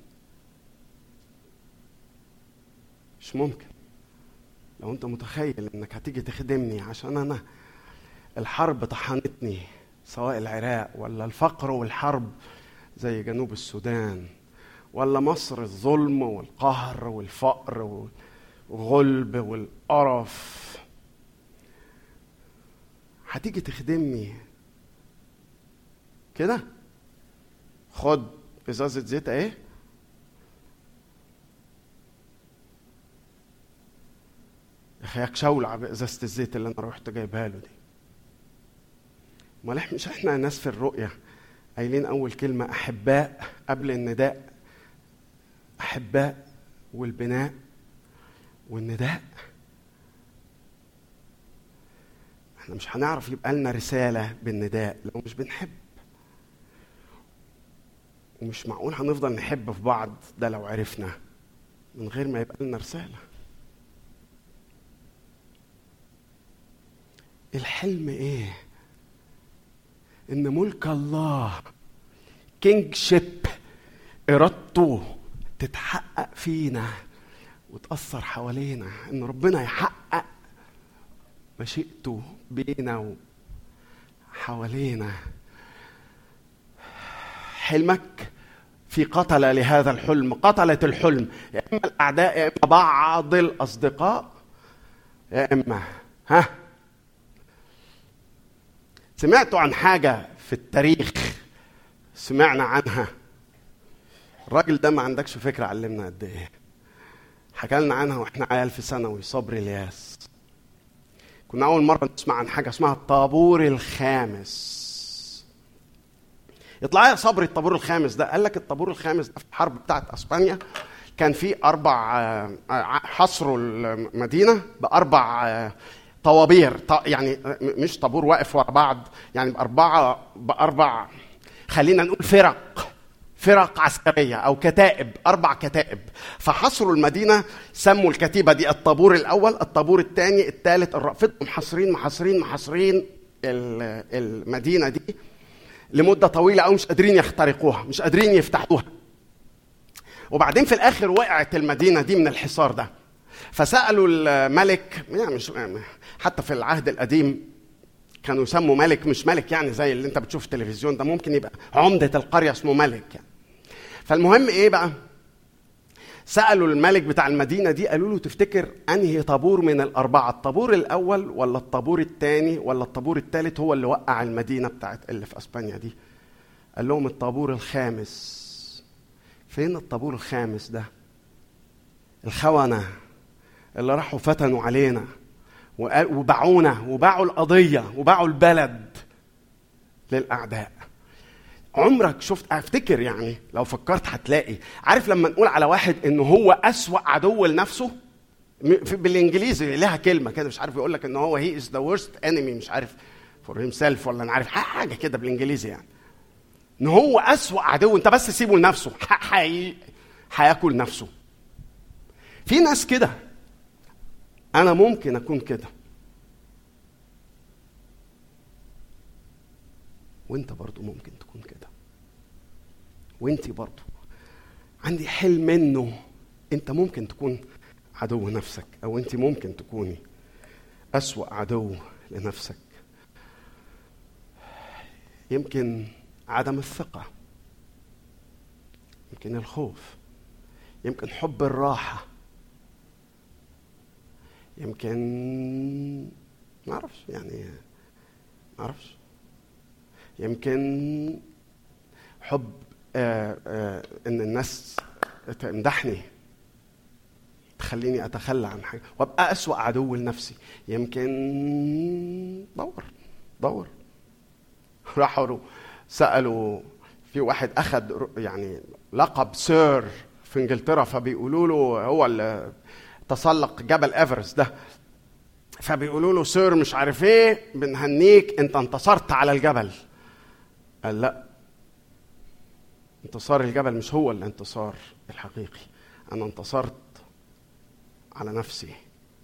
Speaker 7: مش ممكن. لو انت متخيل انك هتيجي تخدمني عشان انا الحرب طحنتني، سواء العراق ولا الفقر والحرب زي جنوب السودان ولا مصر الظلم والقهر والفقر والغلب والقرف، هتيجي تخدمني كده؟ خد ازازة زيت ايه، يا اخي شولع بازازة الزيت اللي انا رحت جايبها له دي. امال مش احنا ناس في الرؤية قايلين اول كلمة احباء قبل النداء؟ احباء والبناء والنداء. احنا مش هنعرف يبقى لنا رسالة بالنداء لو مش بنحب، ومش معقول هنفضل نحب في بعض ده لو عرفنا من غير ما يبقى لنا رسالة. الحلم ايه؟ ان ملك الله كينج شيب ارادته تتحقق فينا وتأثر حوالينا، ان ربنا يحقق مشيئته بينا وحوالينا. حلمك في قتلة لهذا الحلم، قتلة الحلم يا إما الأعداء يا إما بعض الأصدقاء يا إما ها. سمعتوا عن حاجة في التاريخ سمعنا عنها؟ الراجل ده ما عندكش فكرة علمنا قد إيه. حكى لنا عنها وإحنا عيال في ثانوي، صبري الياس. كنا أول مرة نسمع عن حاجة اسمها الطابور الخامس. يطلع يا صبري الطابور الخامس ده؟ قال لك الطابور الخامس ده في الحرب بتاعت اسبانيا كان في اربع حصروا المدينه باربع طوابير، يعني مش طابور واقف ورا بعض، يعني باربعه باربع خلينا نقول فرق فرق عسكريه او كتائب، اربع كتائب. فحصروا المدينه، سموا الكتيبه دي الطابور الاول، الطابور الثاني، الثالث، الرابع، محاصرين محاصرين محاصرين المدينه دي لمدة طويلة أو مش قادرين يخترقوها، مش قادرين يفتحوها. وبعدين في الآخر وقعت المدينة دي من الحصار ده. فسألوا الملك، يعني مش حتى في العهد القديم كانوا يسموا ملك، مش ملك يعني زي اللي انت بتشوف في التلفزيون ده، ممكن يبقى عمدة القرية اسمه ملك يعني. فالمهم ايه بقى؟ سألوا الملك بتاع المدينة دي، قالوا له تفتكر أنهي طابور من الأربعة، الطابور الأول ولا الطابور الثاني ولا الطابور الثالث هو اللي وقع المدينة بتاعت اللي في أسبانيا دي؟ قال لهم الطابور الخامس. فين الطابور الخامس ده؟ الخونة اللي راحوا فتنوا علينا وباعونا وباعوا القضية وباعوا البلد للأعداء. عمرك شفت، افتكر يعني لو فكرت هتلاقي، عارف لما نقول على واحد انه هو أسوأ عدو لنفسه، بالانجليزي لها كلمه كده مش عارف، يقول لك ان هو هي از ذا ورست انمي مش عارف فور هيم سيلف، ولا انا عارف حاجه كده بالانجليزي، يعني ان هو أسوأ عدو. انت بس سيبه لنفسه حي... هياكل نفسه. في ناس كده، انا ممكن اكون كده، وانت برضو ممكن تكون كده، وانتي برضو. عندي حلم انه انت ممكن تكون عدو نفسك، او انتي ممكن تكوني أسوأ عدو لنفسك. يمكن عدم الثقة، يمكن الخوف، يمكن حب الراحة، يمكن ما اعرفش يعني ما اعرفش يمكن حب آآ آآ ان الناس تمدحني، تخليني اتخلى عن حاجه وابقى أسوأ عدو لنفسي. يمكن دور دور راحوا سالوا في واحد اخذ يعني لقب سير في انجلترا، فبيقولوا له هو اللي تسلق جبل ايفرست ده، فبيقولوا له سير مش عارف ايه بنهنيك انت انتصرت على الجبل. قال لا، انتصار الجبل مش هو الانتصار الحقيقي، انا انتصرت على نفسي.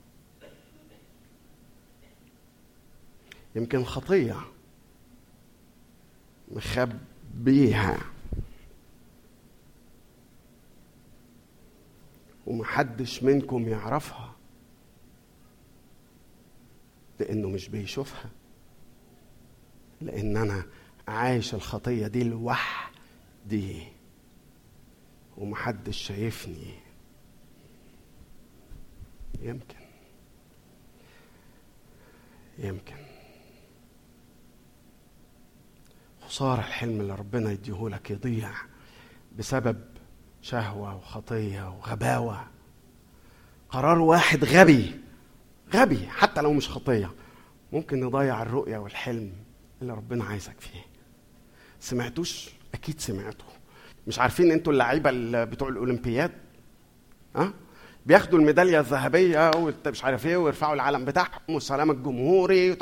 Speaker 7: يمكن خطية مخبيها ومحدش منكم يعرفها لأنه مش بيشوفها، لأن أنا عايش الخطية دي لوحدي ومحدش شايفني. يمكن يمكن خسارة الحلم اللي ربنا يديهولك يضيع بسبب شهوة وخطية وغباوة. قرار واحد غبي غبي حتى لو مش خطية ممكن يضيع الرؤية والحلم اللي ربنا عايزك فيه. سمعتوش؟ أكيد سمعتوا. مش عارفين انتوا اللعيبة بتوع الأولمبياد أه؟ بياخدوا الميدالية الذهبية ومش عارف ايه ويرفعوا العلم بتاعهم والسلام الجمهوري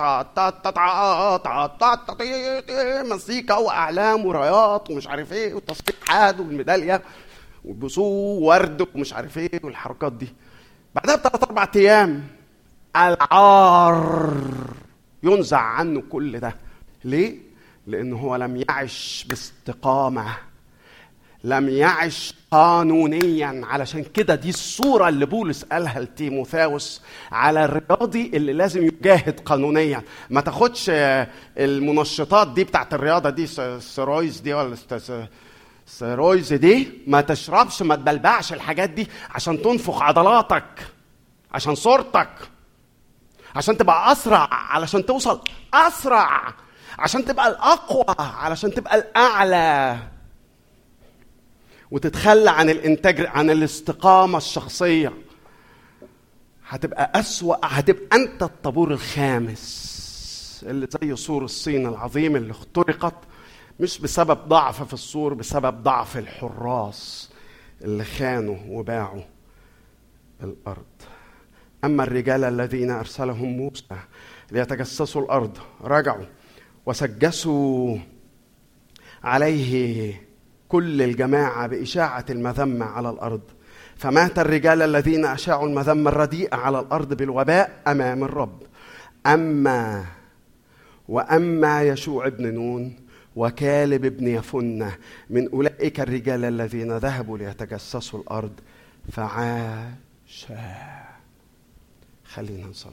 Speaker 7: مزيكا واعلام ورايات ومش عارف ايه والتصفيق حاد والميدالية وبصوا ورد ومش عارف ايه والحركات دي. بعدها بثلاث اربع ايام العار ينزع عنه كل ده. ليه؟ لانه هو لم يعش باستقامة، لم يعش قانونيا. علشان كده دي الصورة اللي بولس قالها لتيموثاوس على الرياضي اللي لازم يجاهد قانونيا. ما تاخدش المنشطات دي بتاعت الرياضة دي، السيرويز دي ولا السيرويز دي، ما تشربش ما تبلبعش الحاجات دي عشان تنفخ عضلاتك، عشان صورتك، عشان تبقى أسرع، علشان توصل أسرع، عشان تبقى الأقوى، علشان تبقى الأعلى، وتتخلى عن الانتاج عن الاستقامة الشخصية. هتبقى أسوأ، هتبقى أنت الطابور الخامس اللي زي سور الصين العظيم اللي اخترقت مش بسبب ضعف في السور، بسبب ضعف الحراس اللي خانوا وباعوا الأرض. أما الرجال الذين أرسلهم موسى ليتجسسوا الأرض رجعوا وسجسوا عليه كل الجماعة بإشاعة المذمة على الأرض، فمات الرجال الذين أشاعوا المذمة الرديئة على الأرض بالوباء أمام الرب. أما وأما يشوع ابن نون وكالب ابن يفنة من أولئك الرجال الذين ذهبوا ليتجسسوا الأرض فعاشا. خلينا نصلي.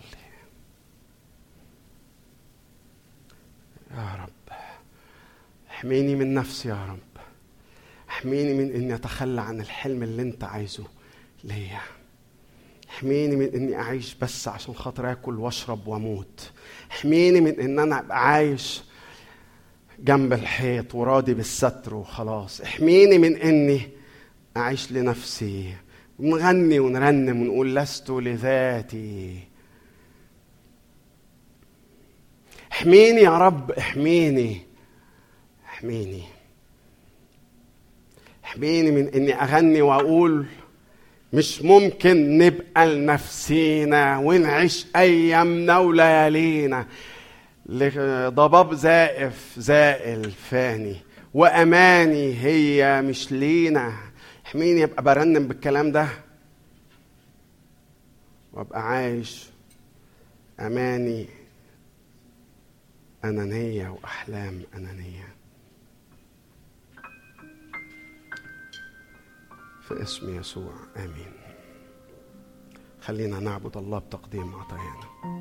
Speaker 7: يا رب احميني من نفسي، يا رب احميني من اني اتخلى عن الحلم اللي انت عايزه ليا. احميني من اني اعيش بس عشان خاطر اكل واشرب واموت. احميني من ان انا ابقى عايش جنب الحيط وراضي بالستر وخلاص. احميني من اني اعيش لنفسي ونغني ونرنم ونقول لست لذاتي. احميني يا رب، احميني احميني احميني من اني اغني واقول مش ممكن نبقى لنفسينا ونعيش ايامنا وليالينا لضباب زائف زائل فاني واماني هي مش لينا. احميني ابقى برنم بالكلام ده وابقى عايش اماني انانيه واحلام انانيه. في اسم يسوع آمين. خلينا نعبد الله بتقديم عطايانا.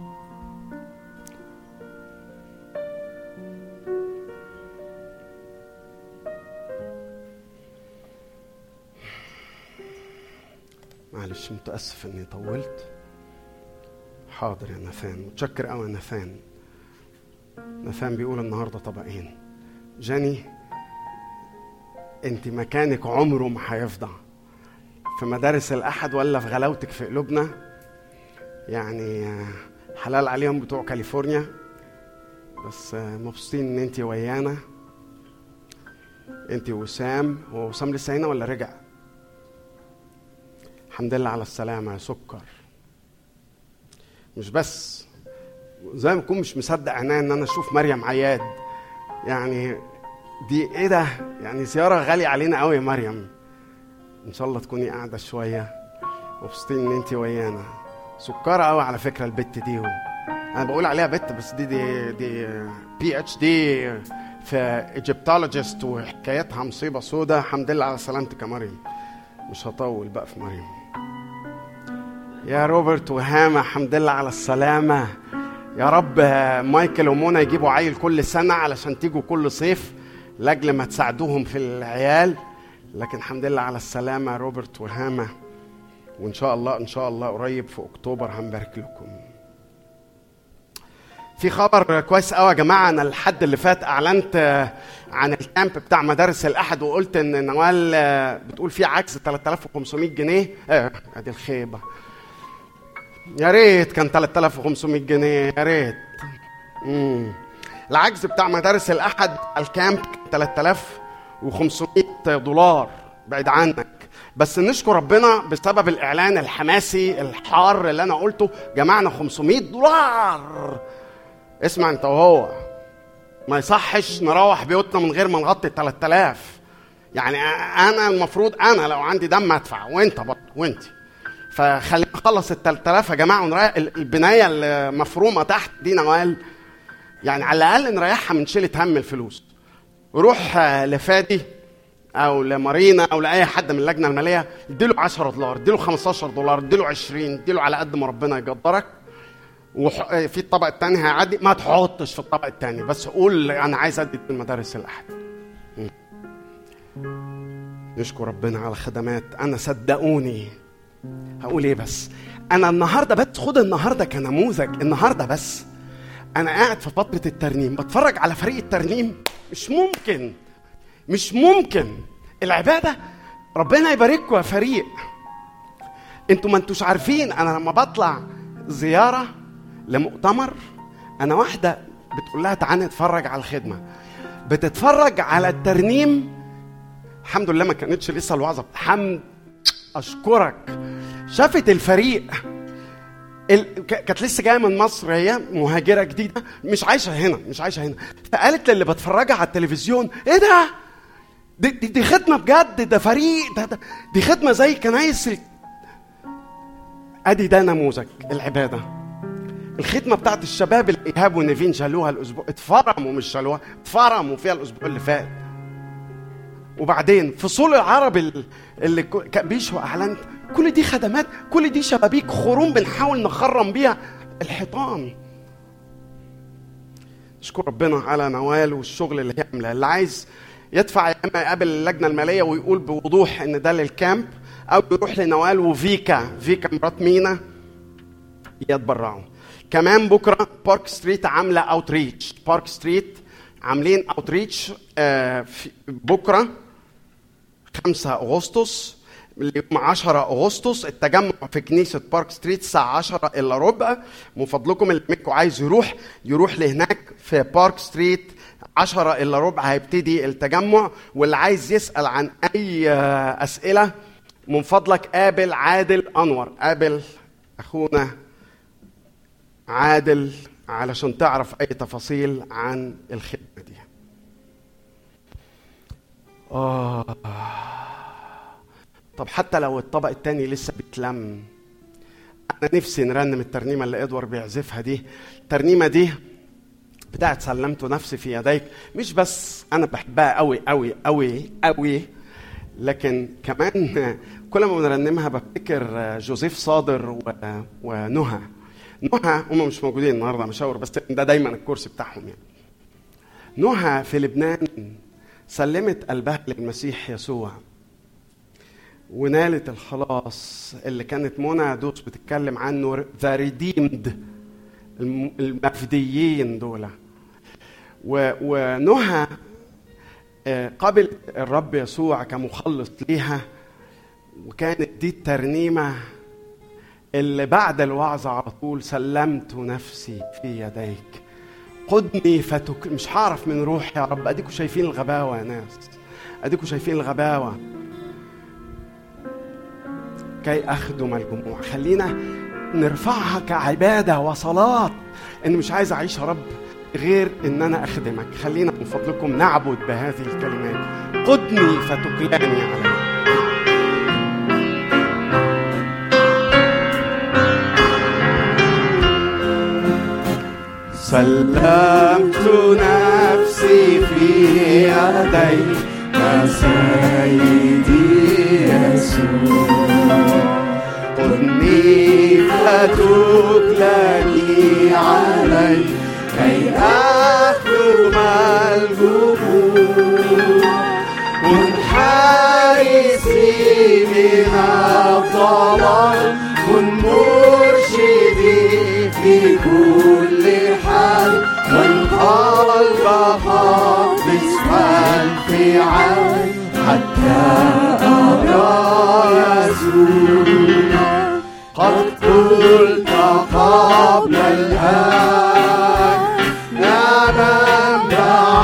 Speaker 7: معلش متأسف اني طولت. حاضر يا نفان، متشكر قوي يا نفان. نفان بيقول النهارده طبقين. جاني انت مكانك عمره ما هيفضى في مدارس الأحد ولا في غلاوتك في قلوبنا. يعني حلال عليهم بتوع كاليفورنيا، بس مبسوطين ان انت ويانا. انت وسام. هو وسام لسه هنا ولا رجع؟ الحمد لله على السلامة يا سكر. مش بس زي ما اكون مش مصدق عينيا ان انا اشوف مريم عياد. يعني دي ايه ده؟ يعني زيارة غالية علينا قوي يا مريم. ان شاء الله تكوني قاعده شويه. مبسوطين ان انت ويانا. سكره قوي على فكره البت دي. انا بقول عليها بت بس دي دي دي بي اتش دي في ايجيبتولوجيست وحكايتها مصيبه سودة. الحمد لله على سلامتك يا مريم. مش هطول بقى في مريم. يا روبرت وهامه الحمد لله على السلامه. يا رب مايكل ومونا يجيبوا عيل كل سنه علشان تيجوا كل صيف لاجل ما تساعدوهم في العيال. لكن الحمد لله على السلامة روبرت وهامة. وإن شاء الله إن شاء الله قريب في أكتوبر هنبارك لكم. في خبر كويس قوي يا جماعة. أنا الحد اللي فات أعلنت عن الكامب بتاع مدارس الأحد وقلت إن نوال بتقول فيه عكس ثلاثة آلاف وخمسمائة جنيه. اه ادي الخيبة. يا ريت كان ثلاثة آلاف وخمسمائة جنيه يا ريت. امم العجز بتاع مدارس الأحد الكامب ثلاثة آلاف وخمسمائة دولار بعيد عنك. بس نشكر ربنا بسبب الإعلان الحماسي الحار اللي أنا قلته جمعنا خمسمائة دولار. اسمع أنت وهو، ما يصحش نروح بيوتنا من غير ما نغطي ثلاثة آلاف. يعني أنا المفروض أنا لو عندي دم أدفع وأنت برضه وأنت. فخلينا نخلص ال ثلاثة آلاف يا جماعة ونريح البناية المفرومة تحت دي نوال. يعني على الأقل نريحها من شيلة هم الفلوس. روح لفادي او لمارينا او لاي حد من اللجنه الماليه اديله عشرة دولار، اديله خمستاشر دولار، اديله عشرين، اديله على قد ما ربنا يقدرك. وفي الطبق الثاني هيعدي ما تحطش في الطبق الثاني، بس قول انا عايز ادي في المدارس الاحد. نشكر ربنا على خدمات. انا صدقوني هقول ايه بس انا النهارده بس خد النهارده كنموذج. النهارده بس انا قاعد في فتره الترنيم بتفرج على فريق الترنيم. مش ممكن مش ممكن العبادة. ربنا يبارككم يا فريق. انتوا ما انتوش عارفين انا لما بطلع زيارة لمؤتمر انا واحدة بتقول لها تعالى نتفرج على الخدمة، بتتفرج على الترنيم. الحمد لله ما كانتش لسه الوعظة. حمد اشكرك. شافت الفريق ال... كانت لسه جايه من مصر، هي مهاجره جديده مش عايشه هنا مش عايشه هنا فقالت للي بتفرجها على التلفزيون ايه ده؟ دي, دي, دي خدمه بجد، ده فريق ده, ده دي خدمه زي كنايس. ادي ده نموذج العباده. الخدمه بتاعت الشباب الايهاب ونيفين شالوها الاسبوع، اتفرموا مش شالوها، اتفرموا فيها الاسبوع اللي فات. وبعدين فصول العرب اللي كان بيشوا اعلان، كل دي خدمات، كل دي شبابيك خروم بنحاول نخرم بيها الحيطان. اشكر ربنا على نوال والشغل اللي هي عاملاه. اللي عايز يدفع يا اما يقابل اللجنه الماليه ويقول بوضوح ان ده للكامب، او يروح لنوال وفيكا فيكا مرات مينا يتبرعوا. كمان بكره بارك ستريت عامله اوتريتش. بارك ستريت عاملين اوتريتش آه بكره خمسة أغسطس اليوم عشرة أغسطس. التجمع في كنيسة بارك ستريت الساعة عشرة إلا ربع. من فضلكم اللي منكم عايز يروح يروح لهناك في بارك ستريت عشرة إلا ربع هيبتدي التجمع، واللي عايز يسأل عن أي أسئلة من فضلك قابل عادل أنور، قابل أخونا عادل علشان تعرف أي تفاصيل عن الخدمة دي. آه. طب حتى لو الطبق التاني لسه بيتلم، أنا نفسي نرنم الترنيمة اللي إدوار بيعزفها دي. الترنيمة دي بتاعت سلمت نفسي في يديك، مش بس أنا بحبها قوي قوي قوي قوي، لكن كمان كل ما بنرنمها بفتكر جوزيف صادر ونهى. نهى هم مش موجودين النهارده مشاور، بس ده دايما الكورس بتاعهم يعني. نهى في لبنان سلمت قلبها للمسيح يسوع ونالت الخلاص اللي كانت منى دوس بتتكلم عنه، ذا ريديمد، المفديين دول. ونهى قبل الرب يسوع كمخلص ليها، وكانت دي الترنيمة اللي بعد الوعظة على طول، سلمت نفسي في يديك قدني فتك. مش هعرف من روح يا رب. اديكوا شايفين الغباوة يا ناس، اديكوا شايفين الغباوة. كي أخدم الجموع. خلينا نرفعها كعبادة وصلاة، إن مش عايز أعيش يا رب غير إن أنا أخدمك. خلينا من فضلكم نعبد بهذه الكلمات، قدني فتكلاني عليك. سلمت نفسي في يديك يا سيدي يسوع، قدني فتكلني عليك كي أخدم الجموع. كن حارسي من الضلال، كن مرشدي في كل حال، والقلب خالص والفعال حتى أرى يسوع. قد قلت قبل الآن يا منبع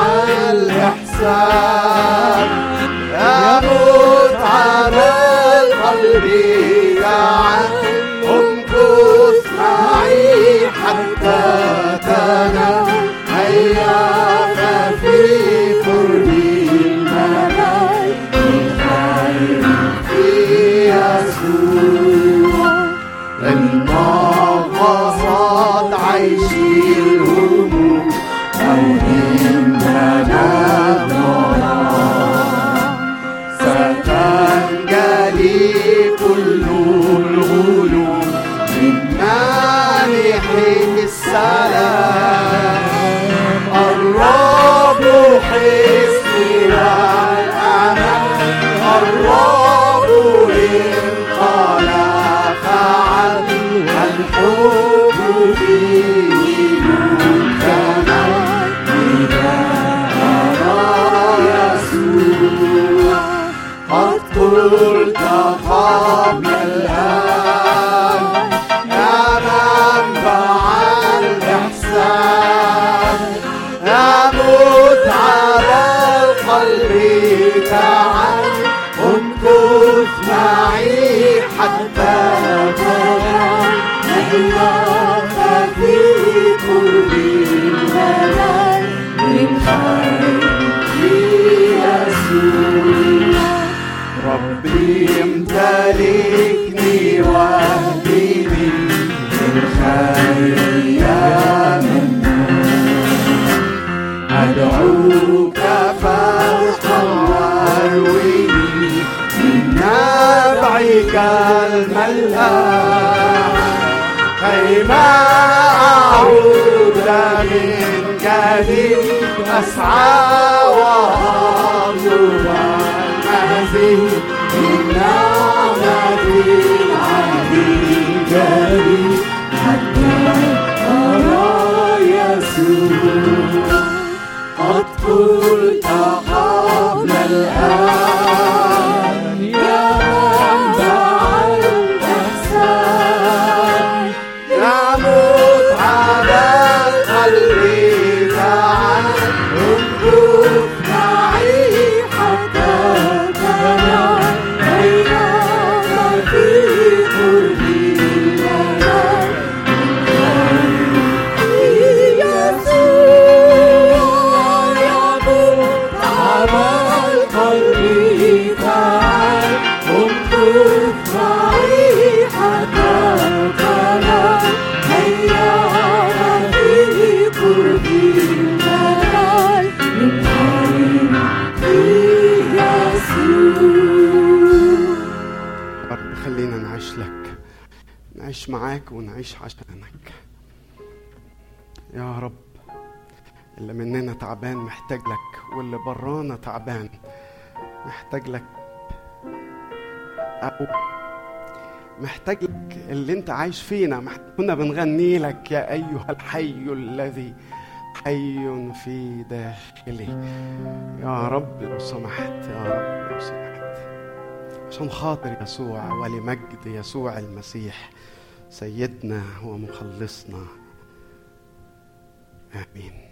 Speaker 7: الإحسان، يا متعب القلب تعال، امكث معي حتى تنام. هيا ففي قربي الملاك الخير في يسوع. المغصات عيشي الهموم أو إننا الضلال، ستنجلي كل الغلوم من مانح السلام. الرب حصني والأمان، الرب إن قال فعل، الحب فيه مكتمل إذا أرى يسوع. قد قلت قبل الآن يا منبع الإحسان، يا متعب القلب تعال، امكث معي حتى تنام. هيا ففي قربي الملاك من خير يسوع. ربي امتلكني واهدني بالخير يا منان، أدعوك فارحم وارويني من نبعك الملآن، كيما أعود من جديد أسعى وأطلب المزيد من نعمة العهد الجديد حتى أرى يسوع. قد قلت قبل الآن يا منبع الإحسان، يا متعب القلب تعال، نعيش معاك ونعيش عشانك يا رب. اللي مننا تعبان محتاج لك، واللي برانا تعبان محتاج لك، أو محتاج لك اللي انت عايش فينا. كنا بنغني لك يا أيها الحي الذي حي في داخلي. يا رب لو سمحت، يا رب لو سمحت، عشان خاطر يسوع ولمجد يسوع المسيح سيدنا ومخلصنا. آمين.